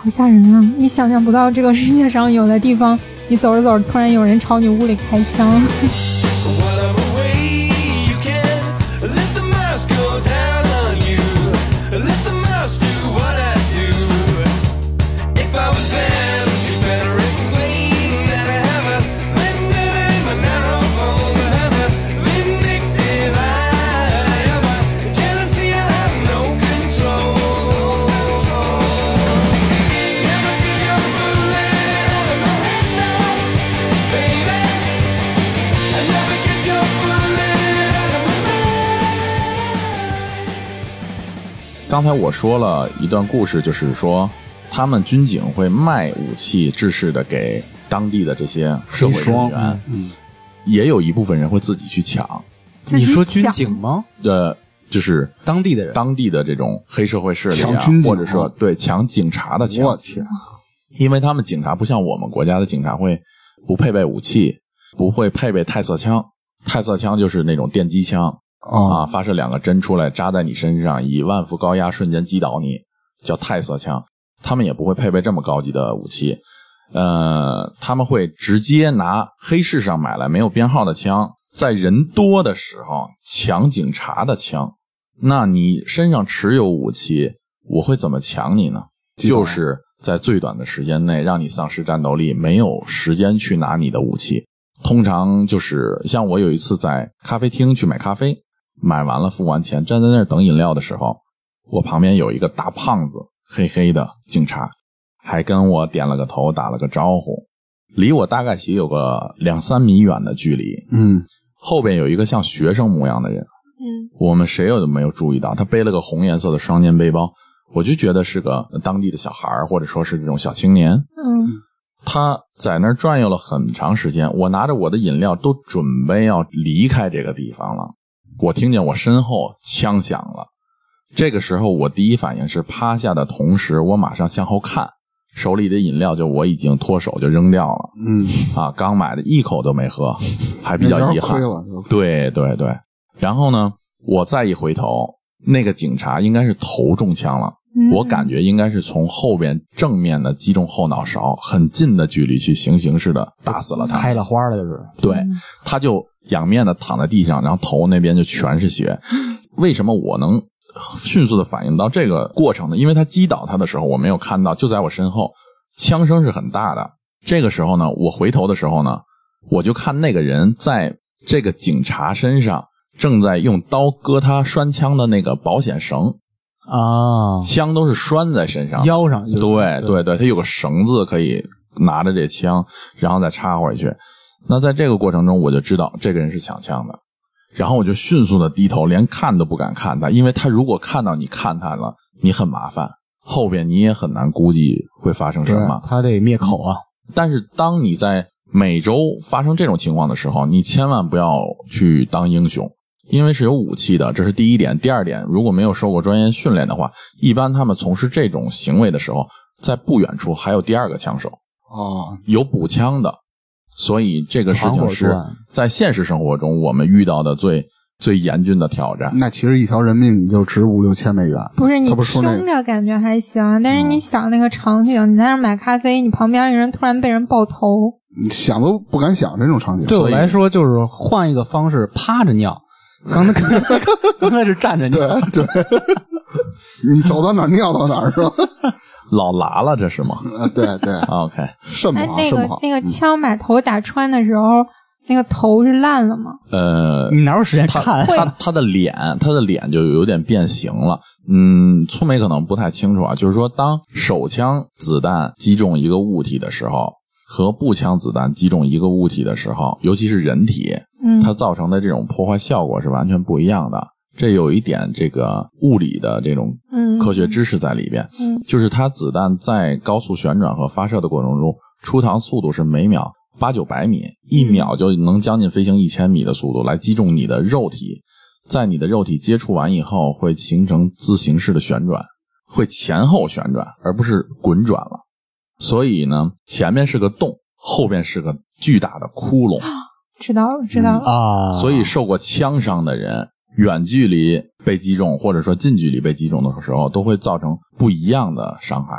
好吓人啊！你想象不到这个世界上有的地方，你走着走着，突然有人朝你屋里开枪。 刚才我说了一段故事，就是说他们军警会卖武器制式的给当地的这些社会人员，也有一部分人会自己去抢。 你说军警吗？ 就是当地的人， 当地的这种黑社会势力抢军警， 或者说对抢警察的枪。 我天！ 因为他们警察不像我们国家的警察会不配备武器，不会配备太色枪。太色枪就是那种电击枪。发射2个针出来扎在你身上，以万伏高压瞬间击倒你，叫太色枪。他们也不会配备这么高级的武器，他们会直接拿黑市上买来没有编号的枪，在人多的时候抢警察的枪。那你身上持有武器，我会怎么抢你呢？就是在最短的时间内让你丧失战斗力，没有时间去拿你的武器。通常就是像我有一次在咖啡厅去买咖啡，买完了付完钱，站在那儿等饮料的时候，我旁边有一个大胖子，黑黑的警察，还跟我点了个头，打了个招呼，离我大概其有个2-3米远的距离。后边有一个像学生模样的人，我们谁都没有注意到，他背了个红颜色的双肩背包，我就觉得是个当地的小孩，或者说是这种小青年。他在那儿转悠了很长时间，我拿着我的饮料都准备要离开这个地方了，我听见我身后枪响了。这个时候我第一反应是趴下的同时，我马上向后看，手里的饮料就我已经脱手就扔掉了。刚买的一口都没喝，还比较遗憾。对对对。然后呢，我再一回头，那个警察应该是头中枪了。我感觉应该是从后边正面的击中后脑勺，很近的距离去行刑式的打死了他， 开了花了就是。 对，他就仰面的躺在地上，然后头那边就全是血。为什么我能迅速的反应到这个过程呢？因为他击倒他的时候我没有看到，就在我身后，枪声是很大的。这个时候呢，我回头的时候呢，我就看那个人在这个警察身上正在用刀割他栓枪的那个保险绳。枪都是拴在身上腰上。 对对对，他有个绳子可以拿着这枪然后再插回去。那在这个过程中我就知道这个人是抢枪的，然后我就迅速的低头，连看都不敢看他，因为他如果看到你看他了，你很麻烦，后边你也很难估计会发生什么。 他得灭口啊。 但是当你在美洲发生这种情况的时候，你千万不要去当英雄，因为是有武器的，这是第一点。第二点，如果没有受过专业训练的话，一般他们从事这种行为的时候，在不远处还有第二个枪手，有补枪的。所以这个事情是在现实生活中我们遇到的最严峻的挑战。 那其实一条人命你就值5-6千美元。 不是，你听着感觉还行，但是你想那个场景，你在那买咖啡，你旁边一个人突然被人爆头， 你想都不敢想这种场景。 对我来说就是换一个方式，趴着尿。刚才是站着尿。 对对，你走到哪儿尿到哪儿是吧？ 老拉了这是吗？ 对对。 OK， 肾不好，肾不好。 那个枪把头打穿的时候，那个头是烂了吗？ 你哪有时间看？ 他的脸就有点变形了。粗眉可能不太清楚啊，就是说当手枪子弹击中一个物体的时候和步枪子弹击中一个物体的时候，尤其是人体，它造成的这种破坏效果是完全不一样的。这有一点这个物理的这种科学知识在里边。就是它子弹在高速旋转和发射的过程中，出膛速度是每秒800-900米，1秒就能将近飞行1000米的速度来击中你的肉体，在你的肉体接触完以后会形成自行式的旋转，会前后旋转而不是滚转了。所以呢，前面是个洞，后边是个巨大的窟窿。 知道了。 所以受过枪伤的人远距离被击中或者说近距离被击中的时候都会造成不一样的伤害。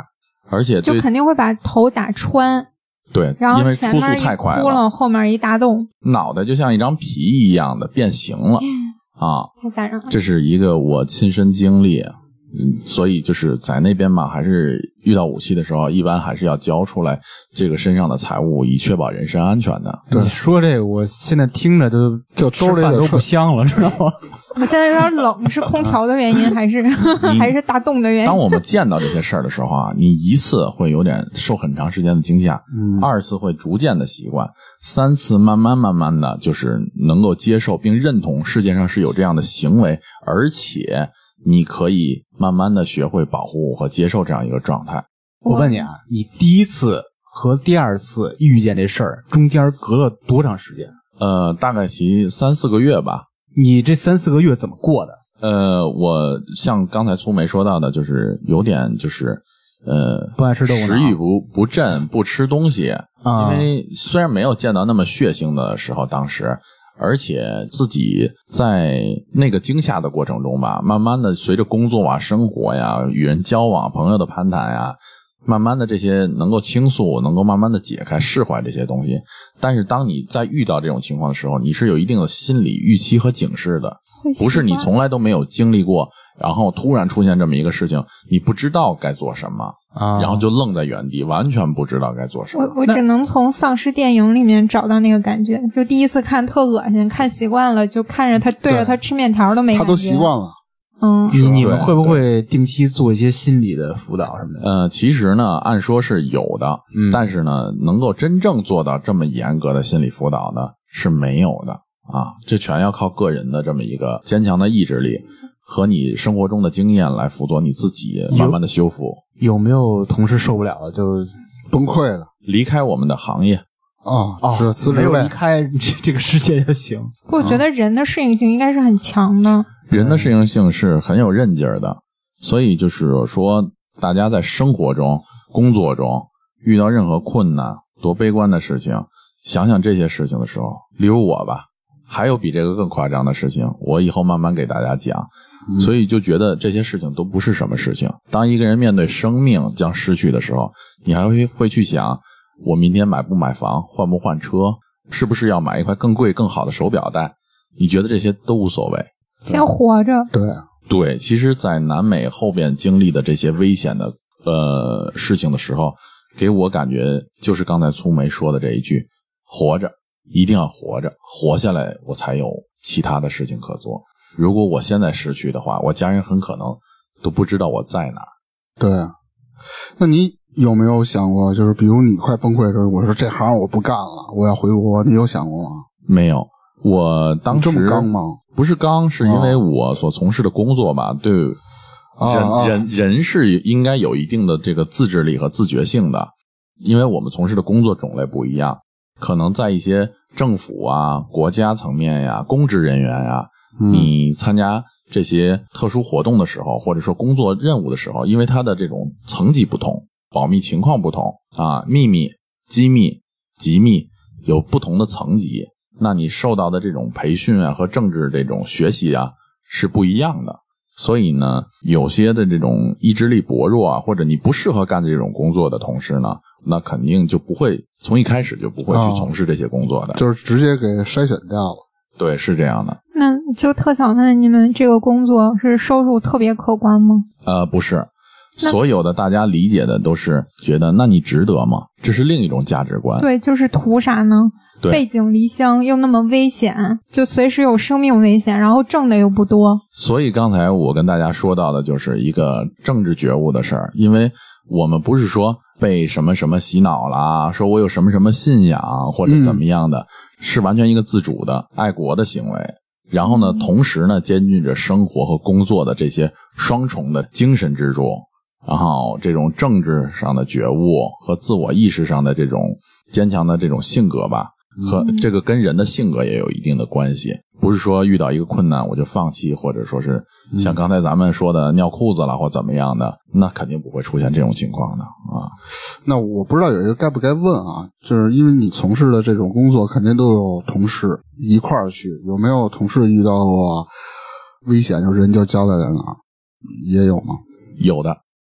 而且就肯定会把头打穿。 对， 然后因为出速太快了， 前面一窟窿，后面一大洞， 脑袋就像一张皮一样的变形了啊！ 太吓人了。 这是一个我亲身经历，所以就是在那边嘛，还是遇到武器的时候，一般还是要交出来这个身上的财物，以确保人身安全的。 对， 你说这个，我现在听着就兜里都不香了，知道吗？ 我现在有点冷，是空调的原因还是还是大洞的原因？ 当我们见到这些事儿的时候啊，你一次会有点受很长时间的惊吓，二次会逐渐的习惯，三次慢慢的就是能够接受并认同世界上是有这样的行为，而且你可以慢慢的学会保护和接受这样一个状态。 我问你啊，你第一次和第二次遇见这事儿中间隔了多长时间？ 大概其3-4个月吧。 你这3-4个月怎么过的？ 我像刚才粗梅说到的，就是有点就是不爱吃豆腐脑， 食欲不振，不吃东西因为虽然没有见到那么血腥的时候，当时而且自己在那个惊吓的过程中吧，慢慢的随着工作啊、生活呀、与人交往、朋友的攀谈呀，慢慢的这些能够倾诉，能够慢慢的解开释怀这些东西。但是当你在遇到这种情况的时候，你是有一定的心理预期和警示的，不是你从来都没有经历过，然后突然出现这么一个事情，你不知道该做什么然后就愣在原地，完全不知道该做什么。 我只能从丧尸电影里面找到那个感觉，就第一次看特恶心，看习惯了，就看着他对着他吃面条都没感觉， 他都习惯了。 你们会不会定期做一些心理的辅导什么的？ 其实呢，按说是有的，但是呢，能够真正做到这么严格的心理辅导呢，是没有的啊。这全要靠个人的这么一个坚强的意志力和你生活中的经验来辅佐你自己，慢慢的修复。 有没有同事受不了了就崩溃了， 离开我们的行业？ 是辞职呗， 没有离开这个世界就行。 我觉得人的适应性应该是很强的。 人的适应性是很有韧劲儿的，所以就是说大家在生活中、工作中遇到任何困难、多悲观的事情，想想这些事情的时候，例如我吧，还有比这个更夸张的事情，我以后慢慢给大家讲。所以就觉得这些事情都不是什么事情。当一个人面对生命将失去的时候，你还会去想，我明天买不买房，换不换车，是不是要买一块更贵更好的手表带，你觉得这些都无所谓， 先活着。 对，其实在南美后边经历的这些危险的事情的时候，给我感觉就是刚才粗梅说的这一句，活着，一定要活着，活下来我才有其他的事情可做。如果我现在失去的话，我家人很可能都不知道我在哪。 对，那你有没有想过，就是比如你快崩溃的时候，我说这行我不干了，我要回国，你有想过吗？ 没有，我当时这么刚吗？ 不是刚，是因为我所从事的工作吧，对人是应该有一定的这个自制力和自觉性的，因为我们从事的工作种类不一样，可能在一些政府啊、国家层面呀、公职人员呀，你参加这些特殊活动的时候，或者说工作任务的时候，因为它的这种层级不同，保密情况不同啊，秘密、机密、机密有不同的层级，那你受到的这种培训啊和政治这种学习啊是不一样的。所以呢，有些的这种意志力薄弱啊，或者你不适合干这种工作的同事呢，那肯定就不会从一开始就不会去从事这些工作的， 就是直接给筛选掉了。 对，是这样的。 那就特想问你们，这个工作是收入特别可观吗？ 不是，所有的大家理解的都是觉得，那你值得吗？这是另一种价值观。 对，就是图啥呢？背井离乡又那么危险，就随时有生命危险，然后挣的又不多。所以刚才我跟大家说到的就是一个政治觉悟的事儿，因为我们不是说被什么什么洗脑啦，说我有什么什么信仰或者怎么样的，是完全一个自主的爱国的行为。然后呢，同时呢，兼具着生活和工作的这些双重的精神支柱，然后这种政治上的觉悟和自我意识上的这种坚强的这种性格吧，和这个跟人的性格也有一定的关系。不是说遇到一个困难我就放弃，或者说是像刚才咱们说的尿裤子了或怎么样的，那肯定不会出现这种情况的啊。 那我不知道有一个该不该问啊，就是因为你从事的这种工作肯定都有同事一块儿去，有没有同事遇到过危险，就是人就交代在哪儿？也有吗？ 有的，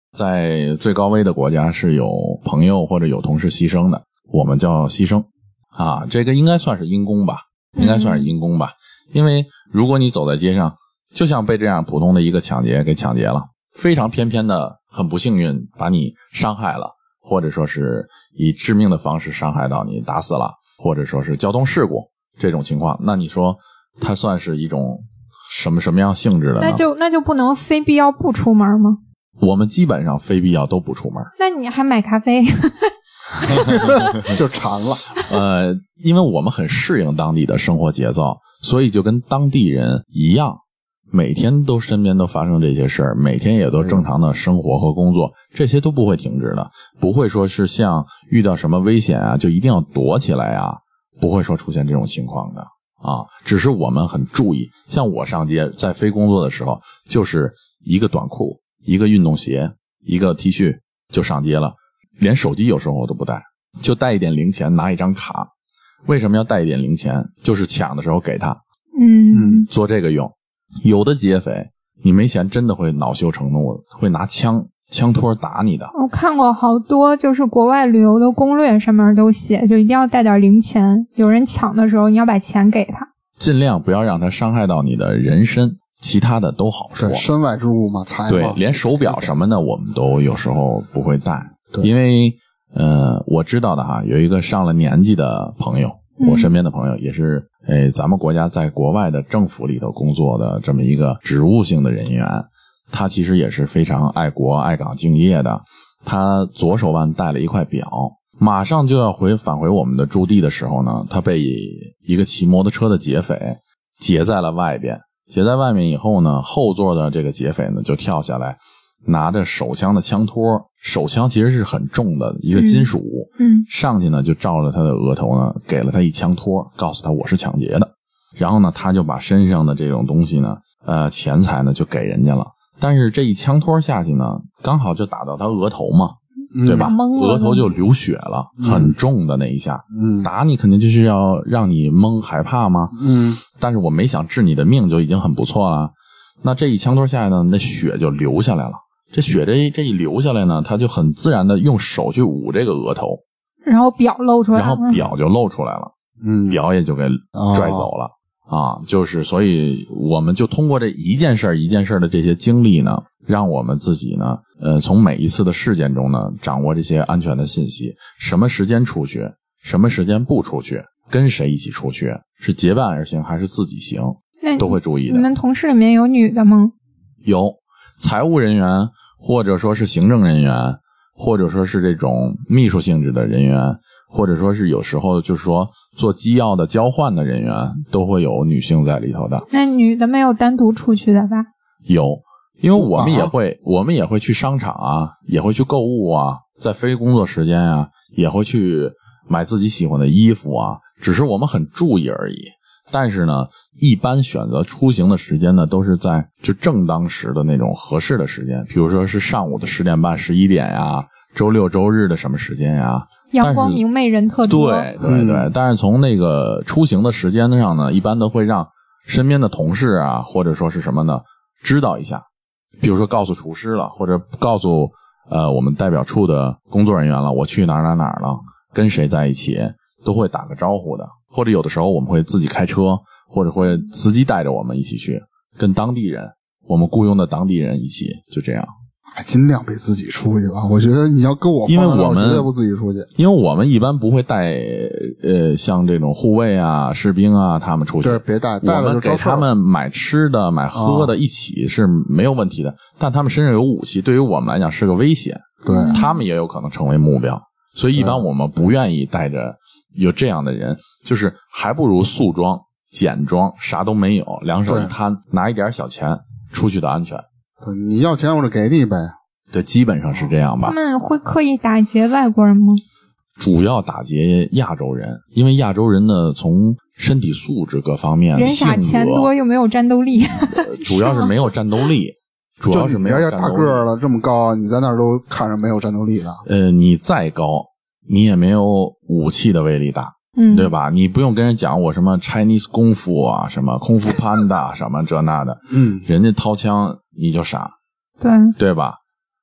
在最高危的国家是有朋友或者有同事牺牲的，我们叫牺牲啊，这个应该算是因公吧，因为如果你走在街上，就像被这样普通的一个抢劫给抢劫了，非常偏偏的很不幸运把你伤害了，或者说是以致命的方式伤害到你，打死了，或者说是交通事故这种情况，那你说它算是一种什么样性质的呢？ 那就不能非必要不出门吗？ 我们基本上非必要都不出门。 那你还买咖啡就馋了。 因为我们很适应当地的生活节奏，所以就跟当地人一样，每天都身边都发生这些事儿，每天也都正常的生活和工作，这些都不会停止的，不会说是像遇到什么危险啊就一定要躲起来啊，不会说出现这种情况的啊。只是我们很注意，像我上街在非工作的时候，就是一个短裤，一个运动鞋，一个 T 恤就上街了，连手机有时候我都不带，就带一点零钱，拿一张卡。为什么要带一点零钱？就是抢的时候给他做这个用。有的劫匪你没钱真的会恼羞成怒，会拿枪托打你的。 我看过好多就是国外旅游的攻略，上面都写就一定要带点零钱，有人抢的时候你要把钱给他， 尽量不要让他伤害到你的人身，其他的都好说。 对，身外之物嘛，财嘛。 对，连手表什么的我们都有时候不会带，因为我知道的哈，有一个上了年纪的朋友，我身边的朋友也是咱们国家在国外的政府里头工作的这么一个职务性的人员，他其实也是非常爱国爱岗敬业的。他左手腕带了一块表，马上就要返回我们的驻地的时候呢，他被一个骑摩托车的劫匪截在了外边。截在外面以后呢，后座的这个劫匪呢就跳下来，拿着手枪的枪托，手枪其实是很重的一个金属，上去呢就照着他的额头呢，给了他一枪托，告诉他我是抢劫的。然后呢，他就把身上的这种东西呢，钱财呢就给人家了。但是这一枪托下去呢，刚好就打到他额头嘛，对吧？额头就流血了，很重的那一下。打你肯定就是要让你懵害怕吗？但是我没想治你的命就已经很不错了。那这一枪托下来呢，那血就流下来了。这血这一流下来呢，他就很自然的用手去捂这个额头， 然后表露出来了， 然后表就露出来了，表也就给拽走了。就是所以我们就通过这一件事的这些经历呢，让我们自己呢从每一次的事件中呢掌握这些安全的信息，什么时间出去，什么时间不出去，跟谁一起出去，是结伴而行还是自己行，都会注意的。 你们同事里面有女的吗？ 有，财务人员或者说是行政人员，或者说是这种秘书性质的人员，或者说是有时候就是说做机要的交换的人员，都会有女性在里头的。 那女的没有单独出去的吧？ 有，因为我们也会去商场啊，也会去购物啊，在非工作时间啊，也会去买自己喜欢的衣服啊，只是我们很注意而已。但是呢，一般选择出行的时间呢，都是在就正当时的那种合适的时间，比如说是上午的10点半、11点呀，周六周日的什么时间呀， 阳光明媚人特多。 对，但是从那个出行的时间上呢，一般都会让身边的同事啊，或者说是什么呢，知道一下，比如说告诉厨师了，或者告诉我们代表处的工作人员了，我去哪儿了，跟谁在一起，都会打个招呼的。或者有的时候我们会自己开车，或者会司机带着我们一起去，跟当地人，我们雇佣的当地人一起，就这样。 尽量别自己出去吧，我觉得你要跟我因为我们绝对不自己出去， 因为我们一般不会带像这种护卫啊、士兵啊他们出去， 对，别带， 我们给他们买吃的、买喝的一起是没有问题的，但他们身上有武器，对于我们来讲是个危险， 对， 他们也有可能成为目标，所以一般我们不愿意带着有这样的人，就是还不如素装、简装，啥都没有，两手一摊，拿一点小钱出去的安全。 你要钱我就给你呗。 对，基本上是这样吧。 他们会刻意打劫外国人吗？ 主要打劫亚洲人，因为亚洲人呢，从身体素质各方面， 人傻钱多又没有战斗力， 主要是没有战斗力。主要是没有战斗力。 就你大个了，这么高，你在那儿都看着没有战斗力的。 你再高，你也没有武器的威力大。对吧？你不用跟人讲我什么 Chinese 功夫啊，什么功夫 Panda 什么这那的，人家掏枪你就傻，对吧？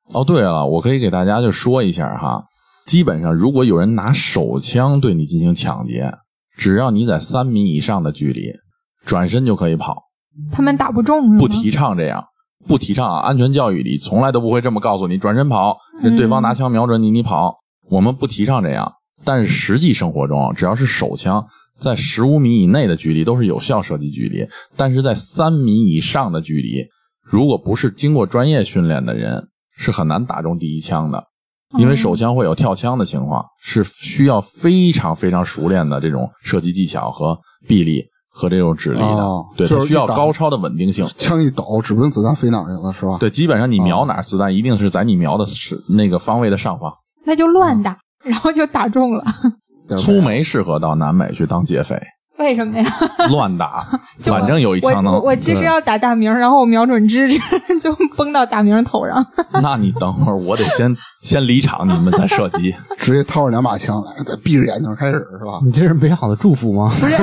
哦，对了，我可以给大家就说一下哈，基本上如果有人拿手枪对你进行抢劫，只要你在3米以上的距离，转身就可以跑。 他们打不中， 不提倡这样，不提倡啊！安全教育里从来都不会这么告诉你，转身跑，对方拿枪瞄准你，你跑。我们不提倡这样，但是实际生活中，只要是手枪，在15米以内的距离都是有效射击距离，但是在3米以上的距离，如果不是经过专业训练的人，是很难打中第一枪的。因为手枪会有跳枪的情况，是需要非常非常熟练的这种射击技巧和臂力和这种指力的，对，它需要高超的稳定性。 枪一抖，指不定子弹飞哪去了，是吧？ 对，基本上你瞄哪，子弹一定是在你瞄的那个方位的上方。 那就乱打，然后就打中了。 粗眉适合到南美去当劫匪。 为什么呀？ 乱打，反正有一枪能。 我其实要打大明，然后我瞄准芝芝，就崩到大明头上。 那你等会儿，我得先离场，你们再射击。 直接掏着2把枪来，再闭着眼睛开始，是吧？ 你这是美好的祝福吗？ 不是。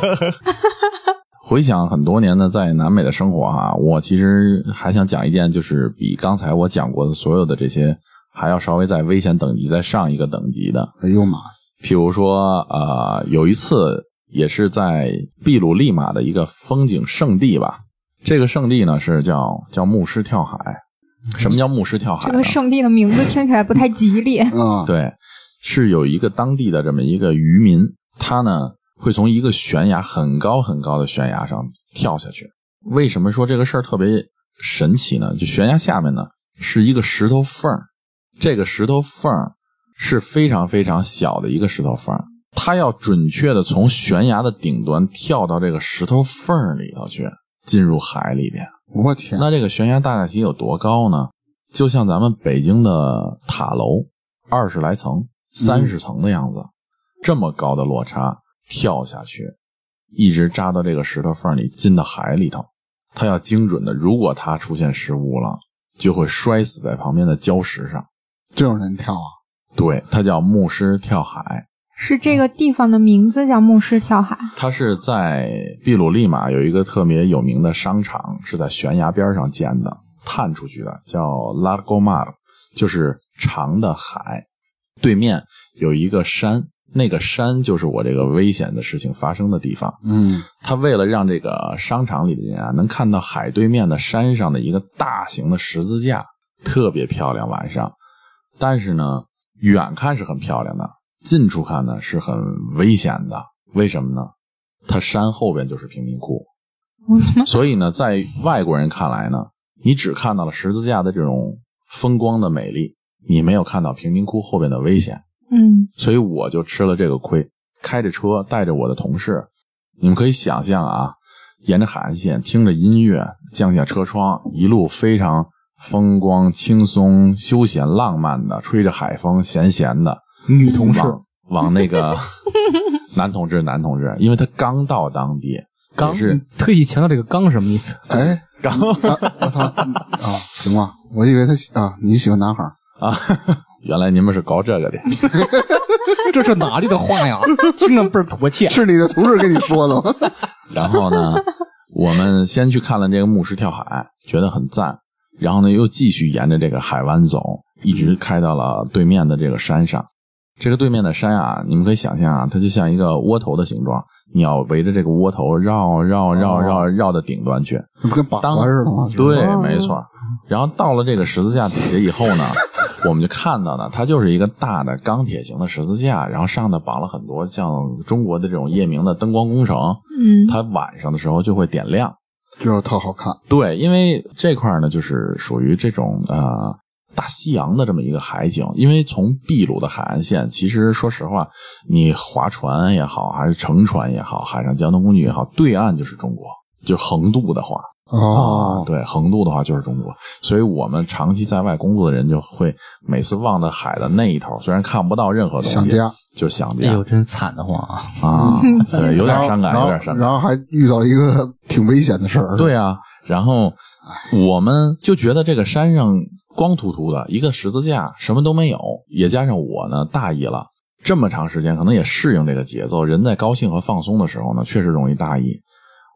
回想很多年的在南美的生活哈，我其实还想讲一件，就是比刚才我讲过的所有的这些还要稍微在危险等级再上一个等级的。 哎呦妈！ 譬如说有一次也是在秘鲁利马的一个风景胜地吧，这个胜地呢是叫牧师跳海。什么叫牧师跳海？ 这个胜地的名字听起来不太吉利。 对，是有一个当地的这么一个渔民，他呢会从一个悬崖很高很高的悬崖上跳下去。为什么说这个事儿特别神奇呢？就悬崖下面呢是一个石头缝，这个石头缝是非常非常小的一个石头缝，他要准确的从悬崖的顶端跳到这个石头缝里头去，进入海里边。 我天！ 那这个悬崖大概其有多高呢？就像咱们北京的塔楼20来层、30层的样子，这么高的落差，跳下去，一直扎到这个石头缝里，进到海里头。他要精准的，如果他出现失误了，就会摔死在旁边的礁石上。 这种人跳啊？ 对，他叫牧师跳海。 是这个地方的名字叫牧师跳海。 它是在秘鲁利马有一个特别有名的商场，是在悬崖边上建的，探出去的，叫 Largo Mar， 就是长的海。对面有一个山，那个山就是我这个危险的事情发生的地方。他为了让这个商场里的人啊能看到海对面的山上的一个大型的十字架，特别漂亮晚上。但是呢，远看是很漂亮的，近处看呢是很危险的。为什么呢？它山后边就是贫民窟。所以呢，在外国人看来呢，你只看到了十字架的这种风光的美丽，你没有看到贫民窟后边的危险。所以我就吃了这个亏，开着车带着我的同事，你们可以想象啊，沿着海岸线听着音乐，降下车窗，一路非常风光轻松休闲浪漫的，吹着海风闲闲的。 女同事往那个男同志，因为他刚到当地， 刚是特意强调这个刚什么意思？ 哎， 刚我操啊，行吧，我以为他啊，你喜欢男孩啊，原来你们是搞这个的， 这是哪里的话呀？听着倍儿妥切。 是你的同事跟你说的吗？ 然后呢，我们先去看了这个牧师跳海，觉得很赞，然后呢又继续沿着这个海湾走，一直开到了对面的这个山上。这个对面的山啊，你们可以想象啊，它就像一个窝头的形状，你要围着这个窝头绕到顶端去， 不跟绑环似的吗？ 对，没错。然后到了这个十字架底下以后呢，我们就看到呢，它就是一个大的钢铁型的十字架，然后上头绑了很多像中国的这种夜明的灯光工程，它晚上的时候就会点亮， 就特好看。 对，因为这块呢就是属于这种大西洋的这么一个海景。因为从秘鲁的海岸线，其实说实话，你划船也好，还是乘船也好，海上交通工具也好，对岸就是中国，就横渡的话。对，横渡的话就是中国。所以我们长期在外工作的人就会每次望到海的那一头，虽然看不到任何东西， 想家就想家。 哎呦，真惨得慌啊！对，有点伤感，有点伤感。 然后还遇到一个挺危险的事儿。 对啊，然后我们就觉得这个山上光秃秃的一个十字架，什么都没有，也加上我呢大意了，这么长时间可能也适应这个节奏，人在高兴和放松的时候呢确实容易大意。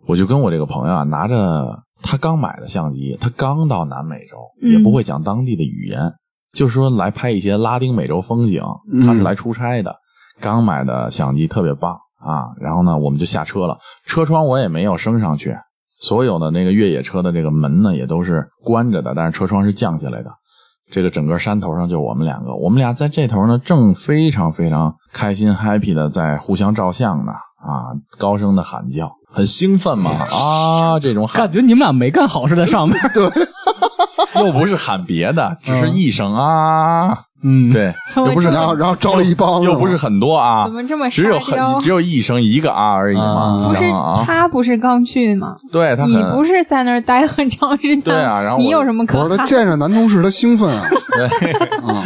我就跟我这个朋友啊，拿着他刚买的相机，他刚到南美洲，也不会讲当地的语言，就是说来拍一些拉丁美洲风景，他是来出差的，刚买的相机特别棒啊。然后呢，我们就下车了，车窗我也没有升上去，所有的那个越野车的这个门呢也都是关着的，但是车窗是降下来的。这个整个山头上就我们两个，我们俩在这头呢正非常非常开心 happy 的在互相照相呢啊，高声的喊叫，很兴奋嘛啊，这种感觉你们俩没干好事在上面。 对， 又不是喊别的，只是一声啊，对， 又不是然后招了一帮， 又不是很多啊， 怎么这么只有一声一个啊而已嘛。 不是他不是刚去吗？ 对，他你不是在那儿待很长时间？ 对啊，然后你有什么可我说他见着男同事他兴奋啊， 对，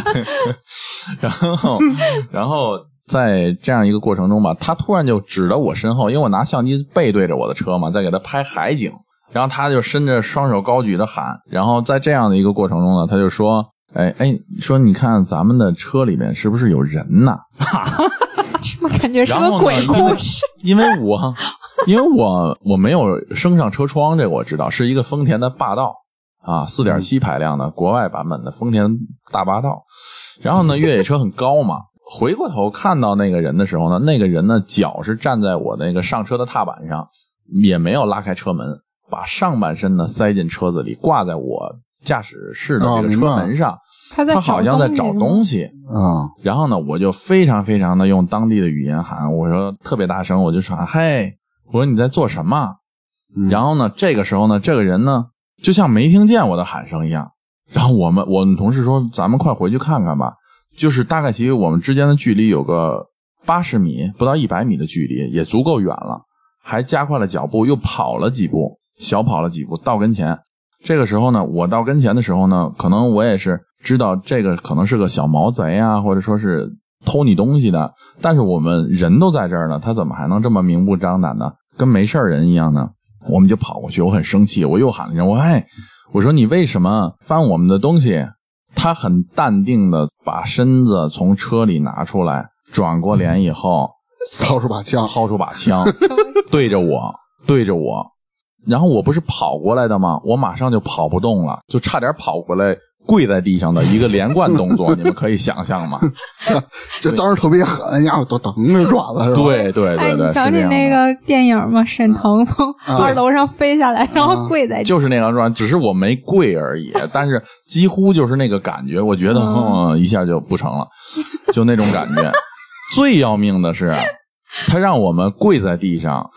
然后在这样一个过程中吧，他突然就指着我身后，因为我拿相机背对着我的车嘛，在给他拍海景，然后他就伸着双手高举着喊，然后在这样的一个过程中呢，他就说说你看咱们的车里面是不是有人呢？ 这么感觉是个鬼故事。 因为我没有升上车窗，这个我知道是一个丰田的霸道啊，4.7排量的国外版本的丰田大霸道。然后呢，越野车很高嘛，回过头看到那个人的时候呢，那个人呢脚是站在我那个上车的踏板上，也没有拉开车门，把上半身呢塞进车子里，挂在我驾驶室的这个车门上，他好像在找东西啊。然后呢，我就非常非常的用当地的语言喊，我说特别大声，我就说嘿，我说你在做什么？然后呢，这个时候呢，这个人呢就像没听见我的喊声一样。然后我们同事说，咱们快回去看看吧。就是大概其实我们之间的距离有个80米，不到100米的距离，也足够远了。还加快了脚步，又跑了几步，小跑了几步到跟前。这个时候呢，我到跟前的时候呢，可能我也是知道这个可能是个小毛贼啊，或者说是偷你东西的，但是我们人都在这儿呢，他怎么还能这么明目张胆的跟没事人一样呢？我们就跑过去，我很生气，我又喊了一声，我说你为什么翻我们的东西？他很淡定的把身子从车里拿出来，转过脸以后掏出把枪对着我，然后我不是跑过来的吗？我马上就跑不动了，就差点跑过来跪在地上的一个连贯动作，你们可以想象吗？ 这当时特别狠呀，都蹬着转了是吧？ 对， 你想起那个电影吗？沈腾从2楼上飞下来，然后跪在地上， 就是那个转，只是我没跪而已，但是几乎就是那个感觉，我觉得一下就不成了，就那种感觉。最要命的是，他让我们跪在地上，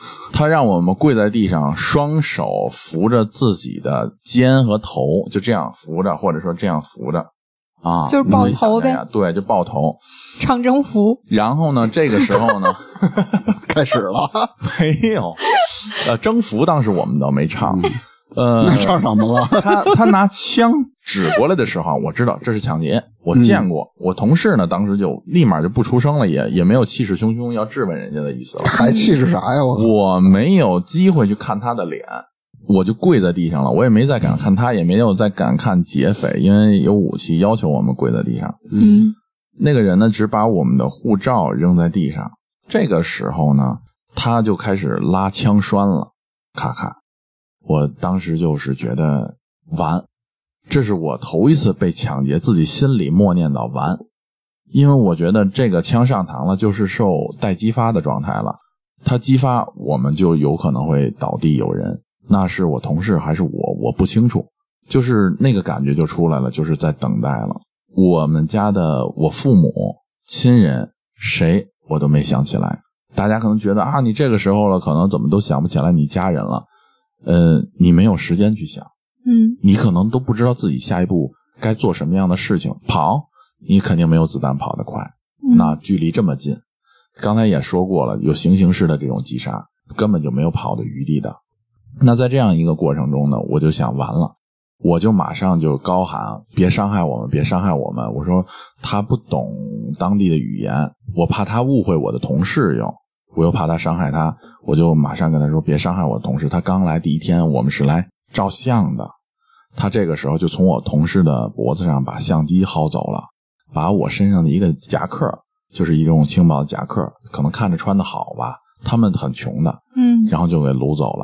双手扶着自己的肩和头，就这样扶着，或者说这样扶着啊， 就是抱头呗。 对，就抱头， 唱征服。 然后呢，这个时候呢， 开始了， 没有，征服当时我们都没唱， 那唱什么了？ 他拿枪指过来的时候，我知道这是抢劫，我见过。我同事呢，当时就立马就不出声了，也没有气势汹汹要质问人家的意思了。 还气势啥呀？ 我没有机会去看他的脸，我就跪在地上了。我也没再敢看他，也没有再敢看劫匪，因为有武器要求我们跪在地上。那个人呢，只把我们的护照扔在地上。这个时候呢，他就开始拉枪栓了，咔咔。我当时就是觉得完，这是我头一次被抢劫，自己心里默念到完，因为我觉得这个枪上膛了，就是受待激发的状态了，他激发我们就有可能会倒地有人，那是我同事还是我不清楚，就是那个感觉就出来了，就是在等待了。我们家的我父母亲人谁我都没想起来，大家可能觉得啊，你这个时候了可能怎么都想不起来你家人了，你没有时间去想，你可能都不知道自己下一步该做什么样的事情。跑，你肯定没有子弹跑得快，那距离这么近，刚才也说过了，有行刑式的这种击杀，根本就没有跑的余地的。那在这样一个过程中呢，我就想完了，我就马上就高喊别伤害我们，别伤害我们。我说他不懂当地的语言，我怕他误会我的同事用，我又怕他伤害他，我就马上跟他说别伤害我的同事，他刚来第一天，我们是来照相的。他这个时候就从我同事的脖子上把相机薅走了，把我身上的一个夹克，就是一种轻薄的夹克，可能看着穿的好吧，他们很穷的，然后就给掳走了。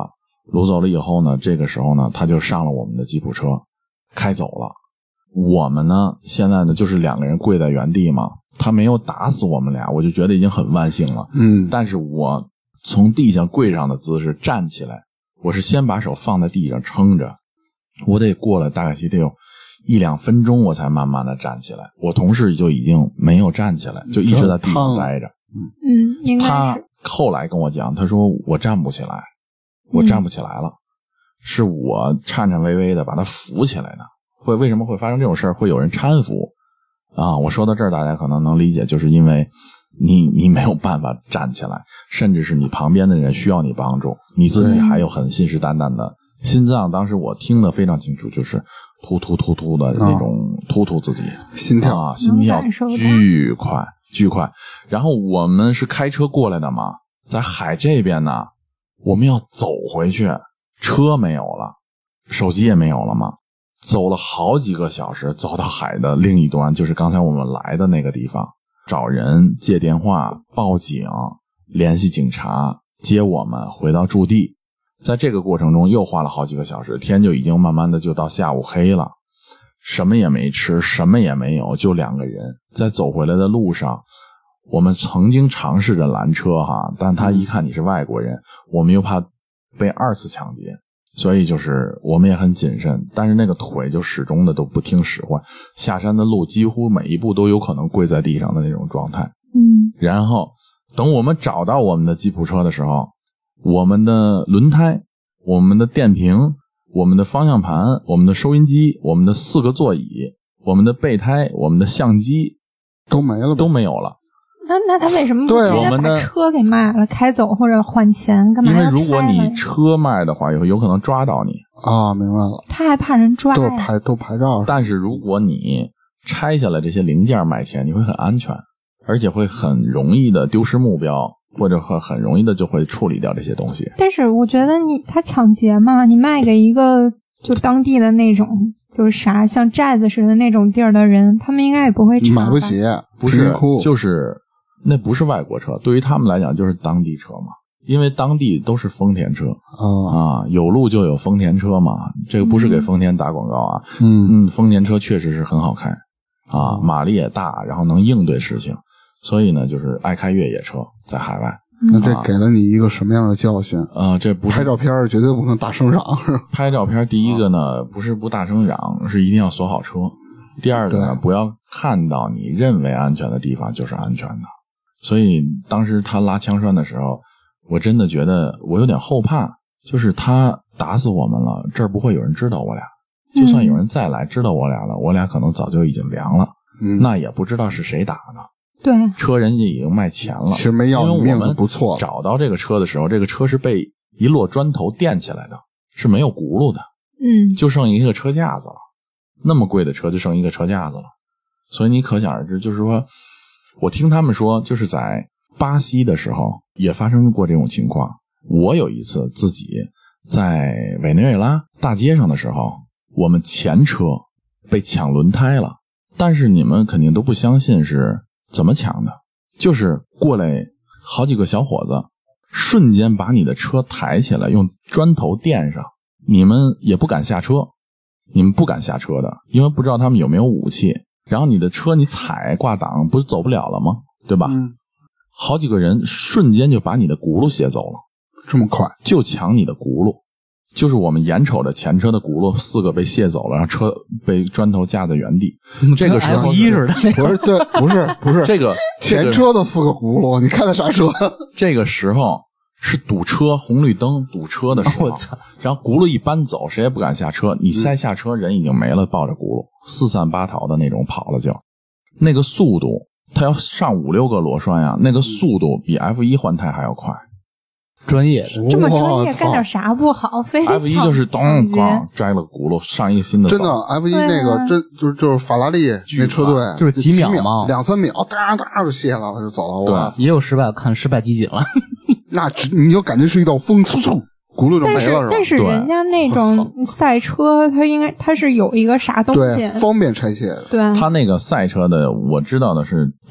掳走了以后呢，这个时候呢，他就上了我们的吉普车，开走了。我们呢，现在呢就是2个人跪在原地嘛，他没有打死我们俩，我就觉得已经很万幸了。但是我从地下跪上的姿势站起来，我是先把手放在地上撑着，我得过了大概得有1-2分钟，我才慢慢的站起来。我同事就已经没有站起来，就一直在地上待着。 应该是。 他后来跟我讲，他说我站不起来，我站不起来了，是我颤颤巍巍的把他扶起来的。为什么会发生这种事儿？会有人搀扶啊？我说到这儿，大家可能能理解，就是因为你没有办法站起来，甚至是你旁边的人需要你帮助，你自己还有很信誓旦旦的心脏。当时我听得非常清楚，就是突突突突的那种突突自己心跳啊，心跳巨快巨快。然后我们是开车过来的嘛，在海这边呢，我们要走回去，车没有了，手机也没有了嘛。走了好几个小时，走到海的另一端，就是刚才我们来的那个地方，找人借电话报警，联系警察接我们回到驻地。在这个过程中又花了好几个小时，天就已经慢慢的就到下午黑了，什么也没吃，什么也没有，就2个人。在走回来的路上，我们曾经尝试着拦车哈，但他一看你是外国人，我们又怕被2次抢劫，所以就是我们也很谨慎，但是那个腿就始终的都不听使唤，下山的路几乎每一步都有可能跪在地上的那种状态。然后等我们找到我们的吉普车的时候，我们的轮胎、我们的电瓶、我们的方向盘、我们的收音机、我们的4个座椅、我们的备胎、我们的相机都没了， 都没有了。 那他为什么不直接把车给卖了，开走或者换钱？干嘛要拆了？ 因为如果你车卖的话，有可能抓到你啊，明白了。 他还怕人抓， 都牌照。 但是如果你拆下来这些零件卖钱，你会很安全，而且会很容易的丢失目标，或者很容易的就会处理掉这些东西。 但是我觉得他抢劫嘛，你卖给一个就当地的那种就是啥像寨子似的那种地儿的人，他们应该也不会查。 买不起， 不是，就是那不是外国车，对于他们来讲就是当地车嘛，因为当地都是丰田车啊，有路就有丰田车嘛，这个不是给丰田打广告啊。丰田车确实是很好开啊，马力也大，然后能应对事情，所以呢就是爱开越野车在海外。 那这给了你一个什么样的教训？ 这不是拍照片绝对不能大声嚷。 拍照片第一个呢，不是不大声嚷，是一定要锁好车。第二个呢，不要看到你认为安全的地方就是安全的。所以当时他拉枪栓的时候，我真的觉得我有点后怕，就是他打死我们了，这儿不会有人知道我俩，就算有人再来知道我俩了，我俩可能早就已经凉了，那也不知道是谁打的。 对， 车人家已经卖钱了， 其实没要你命不错。 找到这个车的时候，这个车是被一摞砖头垫起来的，是没有轱辘的，就剩一个车架子了。那么贵的车就剩一个车架子了，所以你可想而知，就是说我听他们说，就是在巴西的时候也发生过这种情况。我有一次自己在委内瑞拉大街上的时候，我们前车被抢轮胎了，但是你们肯定都不相信是怎么抢的，就是过来好几个小伙子瞬间把你的车抬起来，用砖头垫上，你们也不敢下车，你们不敢下车的，因为不知道他们有没有武器，然后你的车你踩挂档不是走不了了吗？对吧？好几个人瞬间就把你的轱辘卸走了， 这么快就抢你的轱辘，就是我们眼瞅着前车的轱辘4个被卸走了，然后车被砖头架在原地。这个时候 F1似的， 不是对，不是这个前车的4个轱辘，你看的啥车？ 这个时候是堵车，红绿灯堵车的时候，然后轱辘一搬走，谁也不敢下车。你再下车，人已经没了，抱着轱辘四散八逃的那种跑了就，那个速度，他要上5、6个螺栓呀，那个速度比 F1 换胎还要快。 专业的这么专业，干点啥不好？非得 F1 就是咚咣摘了轱辘，上一个新的。 真的 F1 那个就是法拉利那车队， 就是几秒嘛 ，2、3秒，哒哒就卸了，就走了。 对， 也有失败，看失败集锦了。 那你就感觉是一道风，嗖嗖，轱辘就没了，是吧？ 但是人家那种赛车，它是有一个啥东西， 对，方便拆卸的。 对， 他那个赛车的，我知道的是，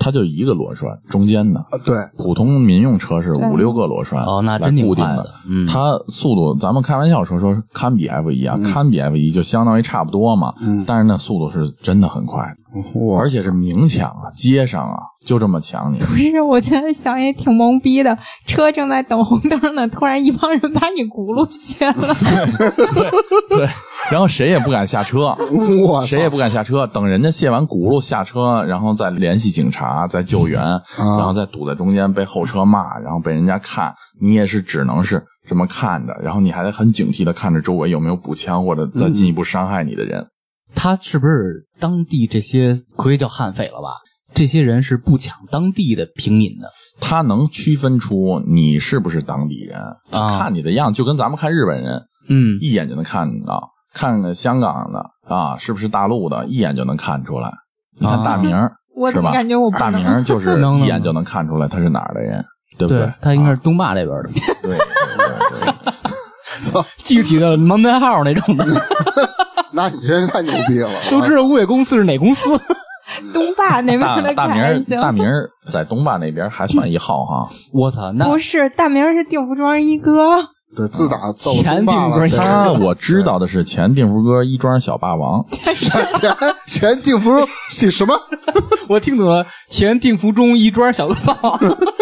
它就一个螺栓，中间的。 对， 普通民用车是5、6个螺栓那真固定的。它速度，咱们开玩笑说堪比 F1 啊，堪比 F1 就相当于差不多嘛。但是那速度是真的很快，而且是明抢啊，街上啊就这么抢你。 不是，我觉得想也挺懵逼的，车正在等红灯呢，突然一帮人把你轱辘卸了。 对。然后谁也不敢下车，谁也不敢下车，等人家卸完轱辘下车，然后再联系警察，再救援，然后再堵在中间被后车骂，然后被人家看，你也是只能是这么看着，然后你还得很警惕的看着周围有没有补枪或者再进一步伤害你的人。 他是不是当地这些可以叫悍匪了吧？这些人是不抢当地的平民的， 他能区分出你是不是当地人，看你的样子就跟咱们看日本人，一眼就能看到。看香港的啊，是不是大陆的，一眼就能看出来。你看大名是吧？ 感觉我不大名就是一眼就能看出来他是哪儿的人，对不对？ 他应该是东坝这边的。 对， 具体的门牌号那种的。 那你真是太牛逼了！ 都知道物业公司是哪公司。 东坝那边的大名在东坝那边还算一号哈。 我操，那不是大名是定福庄一哥。 对，自打前定福他我知道的是前定福哥一庄小霸王， 前定福是什么？ 我听懂了，前定福中一庄小霸王。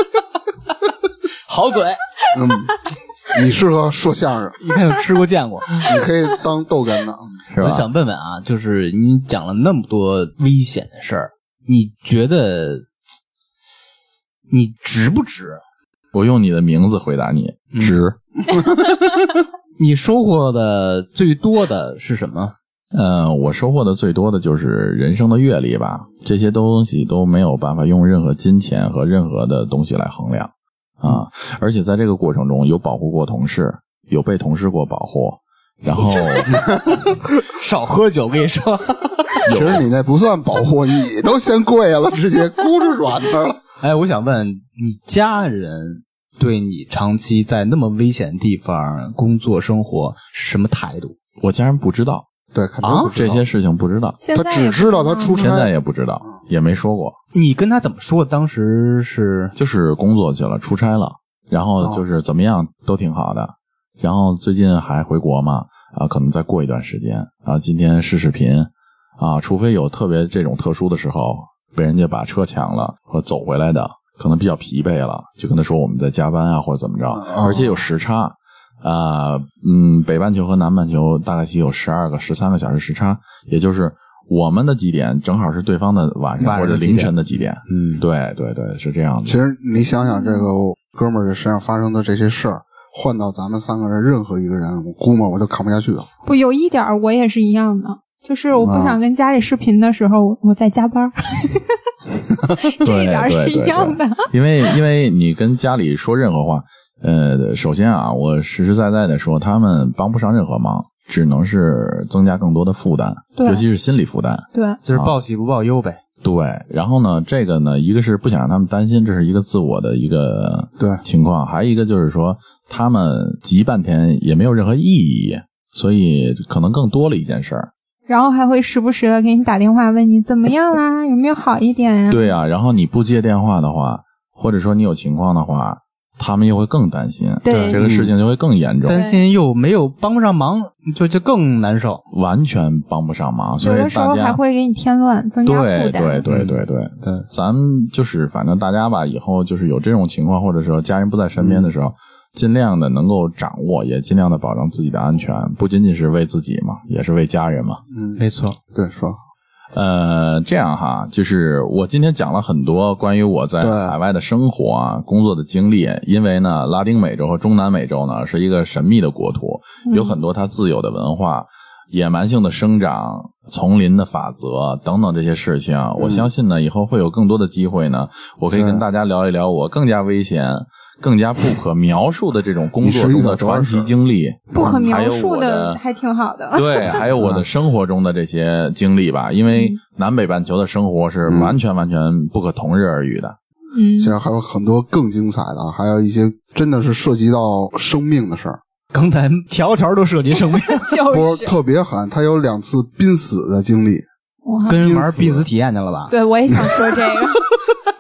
好嘴， 你适合说相声， 一看就吃过见过， 你可以当逗哏的， 是吧？ 我想问问啊，就是你讲了那么多危险的事儿，你觉得你值不值？ 我用你的名字回答你，值。 你收获的最多的是什么？ 我收获的最多的就是人生的阅历吧，这些东西都没有办法用任何金钱和任何的东西来衡量啊！而且在这个过程中，有保护过同事，有被同事过保护，然后少喝酒，跟你说， 其实你那不算保护，你都先跪了，直接咕着软的了。 哎，我想问你家人对你长期在那么危险的地方工作生活是什么态度？ 我家人不知道， 对，肯定不知道这些事情不知道， 他只知道他出差， 现在也不知道，也没说过。 你跟他怎么说？当时就是工作去了，出差了，然后就是怎么样都挺好的，然后最近还回国嘛，可能再过一段时间今天视频除非有特别这种特殊的时候，被人家把车抢了或走回来的，可能比较疲惫了，就跟他说我们在加班或者怎么着，而且有时差北半球和南半球大概有12个、13个小时时差，也就是我们的几点正好是对方的晚上或者凌晨的几点。对对对，是这样的。 其实你想想，这个哥们儿身上发生的这些事儿，换到咱们3个人任何一个人，我估摸我就扛不下去了。 不，有一点我也是一样的，就是我不想跟家里视频的时候我在加班。这一点是一样的。 因为你跟家里说任何话，首先我实实在在的说，他们帮不上任何忙，只能是增加更多的负担，尤其是心理负担。 对， 就是报喜不报忧呗。 对，然后呢，这个呢，一个是不想让他们担心，这是一个自我的一个情况，还有一个就是说，他们急半天也没有任何意义，所以可能更多了一件事儿。 然后还会时不时的给你打电话问你怎么样啦，有没有好一点呀？ 对啊，然后你不接电话的话，或者说你有情况的话，他们又会更担心， 对这个事情就会更严重， 担心又没有帮不上忙，就更难受， 完全帮不上忙，所以有的时候还会给你添乱，增加负担。 对，咱们就是反正大家吧，以后就是有这种情况，或者说家人不在身边的时候，尽量的能够掌握，也尽量的保证自己的安全，不仅仅是为自己嘛，也是为家人嘛。 没错， 对，说。 这样哈，就是我今天讲了很多关于我在海外的生活工作的经历，因为呢，拉丁美洲和中南美洲呢是一个神秘的国土，有很多它自有的文化、野蛮性的生长、丛林的法则等等这些事情。我相信呢，以后会有更多的机会呢，我可以跟大家聊一聊我更加危险、更加不可描述的这种工作中的传奇经历， 不可描述的还挺好的。 对，还有我的生活中的这些经历吧，因为南北半球的生活是完全不可同日而语的。 其实还有很多更精彩的，还有一些真的是涉及到生命的事儿。 刚才条条都涉及生命， 就是特别狠，他有2次濒死的经历， 跟人玩濒死体验去了吧？ 对，我也想说这个。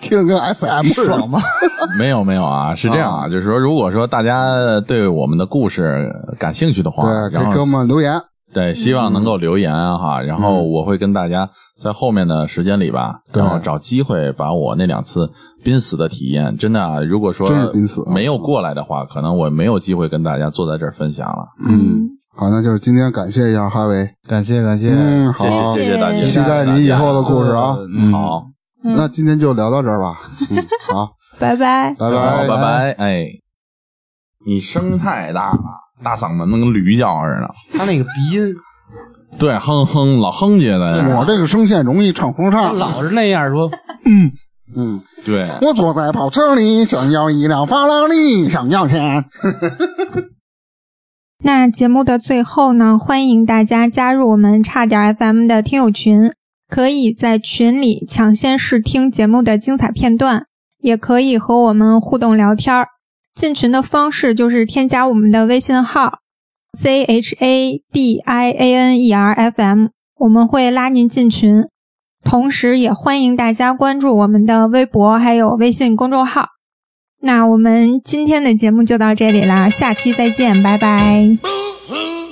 听着跟 SM 似的吗？ 没有啊，是这样啊，就是说，如果说大家对我们的故事感兴趣的话， 对，可以给我们留言。 对，希望能够留言哈，然后我会跟大家在后面的时间里吧，然后找机会把我那2次濒死的体验，真的啊，如果说没有过来的话，可能我没有机会跟大家坐在这儿分享了。 好，那就是今天感谢一下哈维， 感谢， 好， 谢谢大家， 期待你以后的故事啊。 好， 那今天就聊到这儿吧。好， 拜拜， 拜拜。 哎，你声太大了，大嗓门子跟驴叫似的。 他那个鼻音， 对，哼老哼唧的。 我这个声线容易唱红唱， 老是那样说。 对。 我坐在跑车里，想要一辆法拉利，想要钱。 那节目的最后呢，欢迎大家加入我们差点 FM 的听友群，可以在群里抢先试听节目的精彩片段，也可以和我们互动聊天。进群的方式就是添加我们的微信号 CHADIANERFM， 我们会拉您进群。同时也欢迎大家关注我们的微博还有微信公众号。那我们今天的节目就到这里啦，下期再见，拜拜。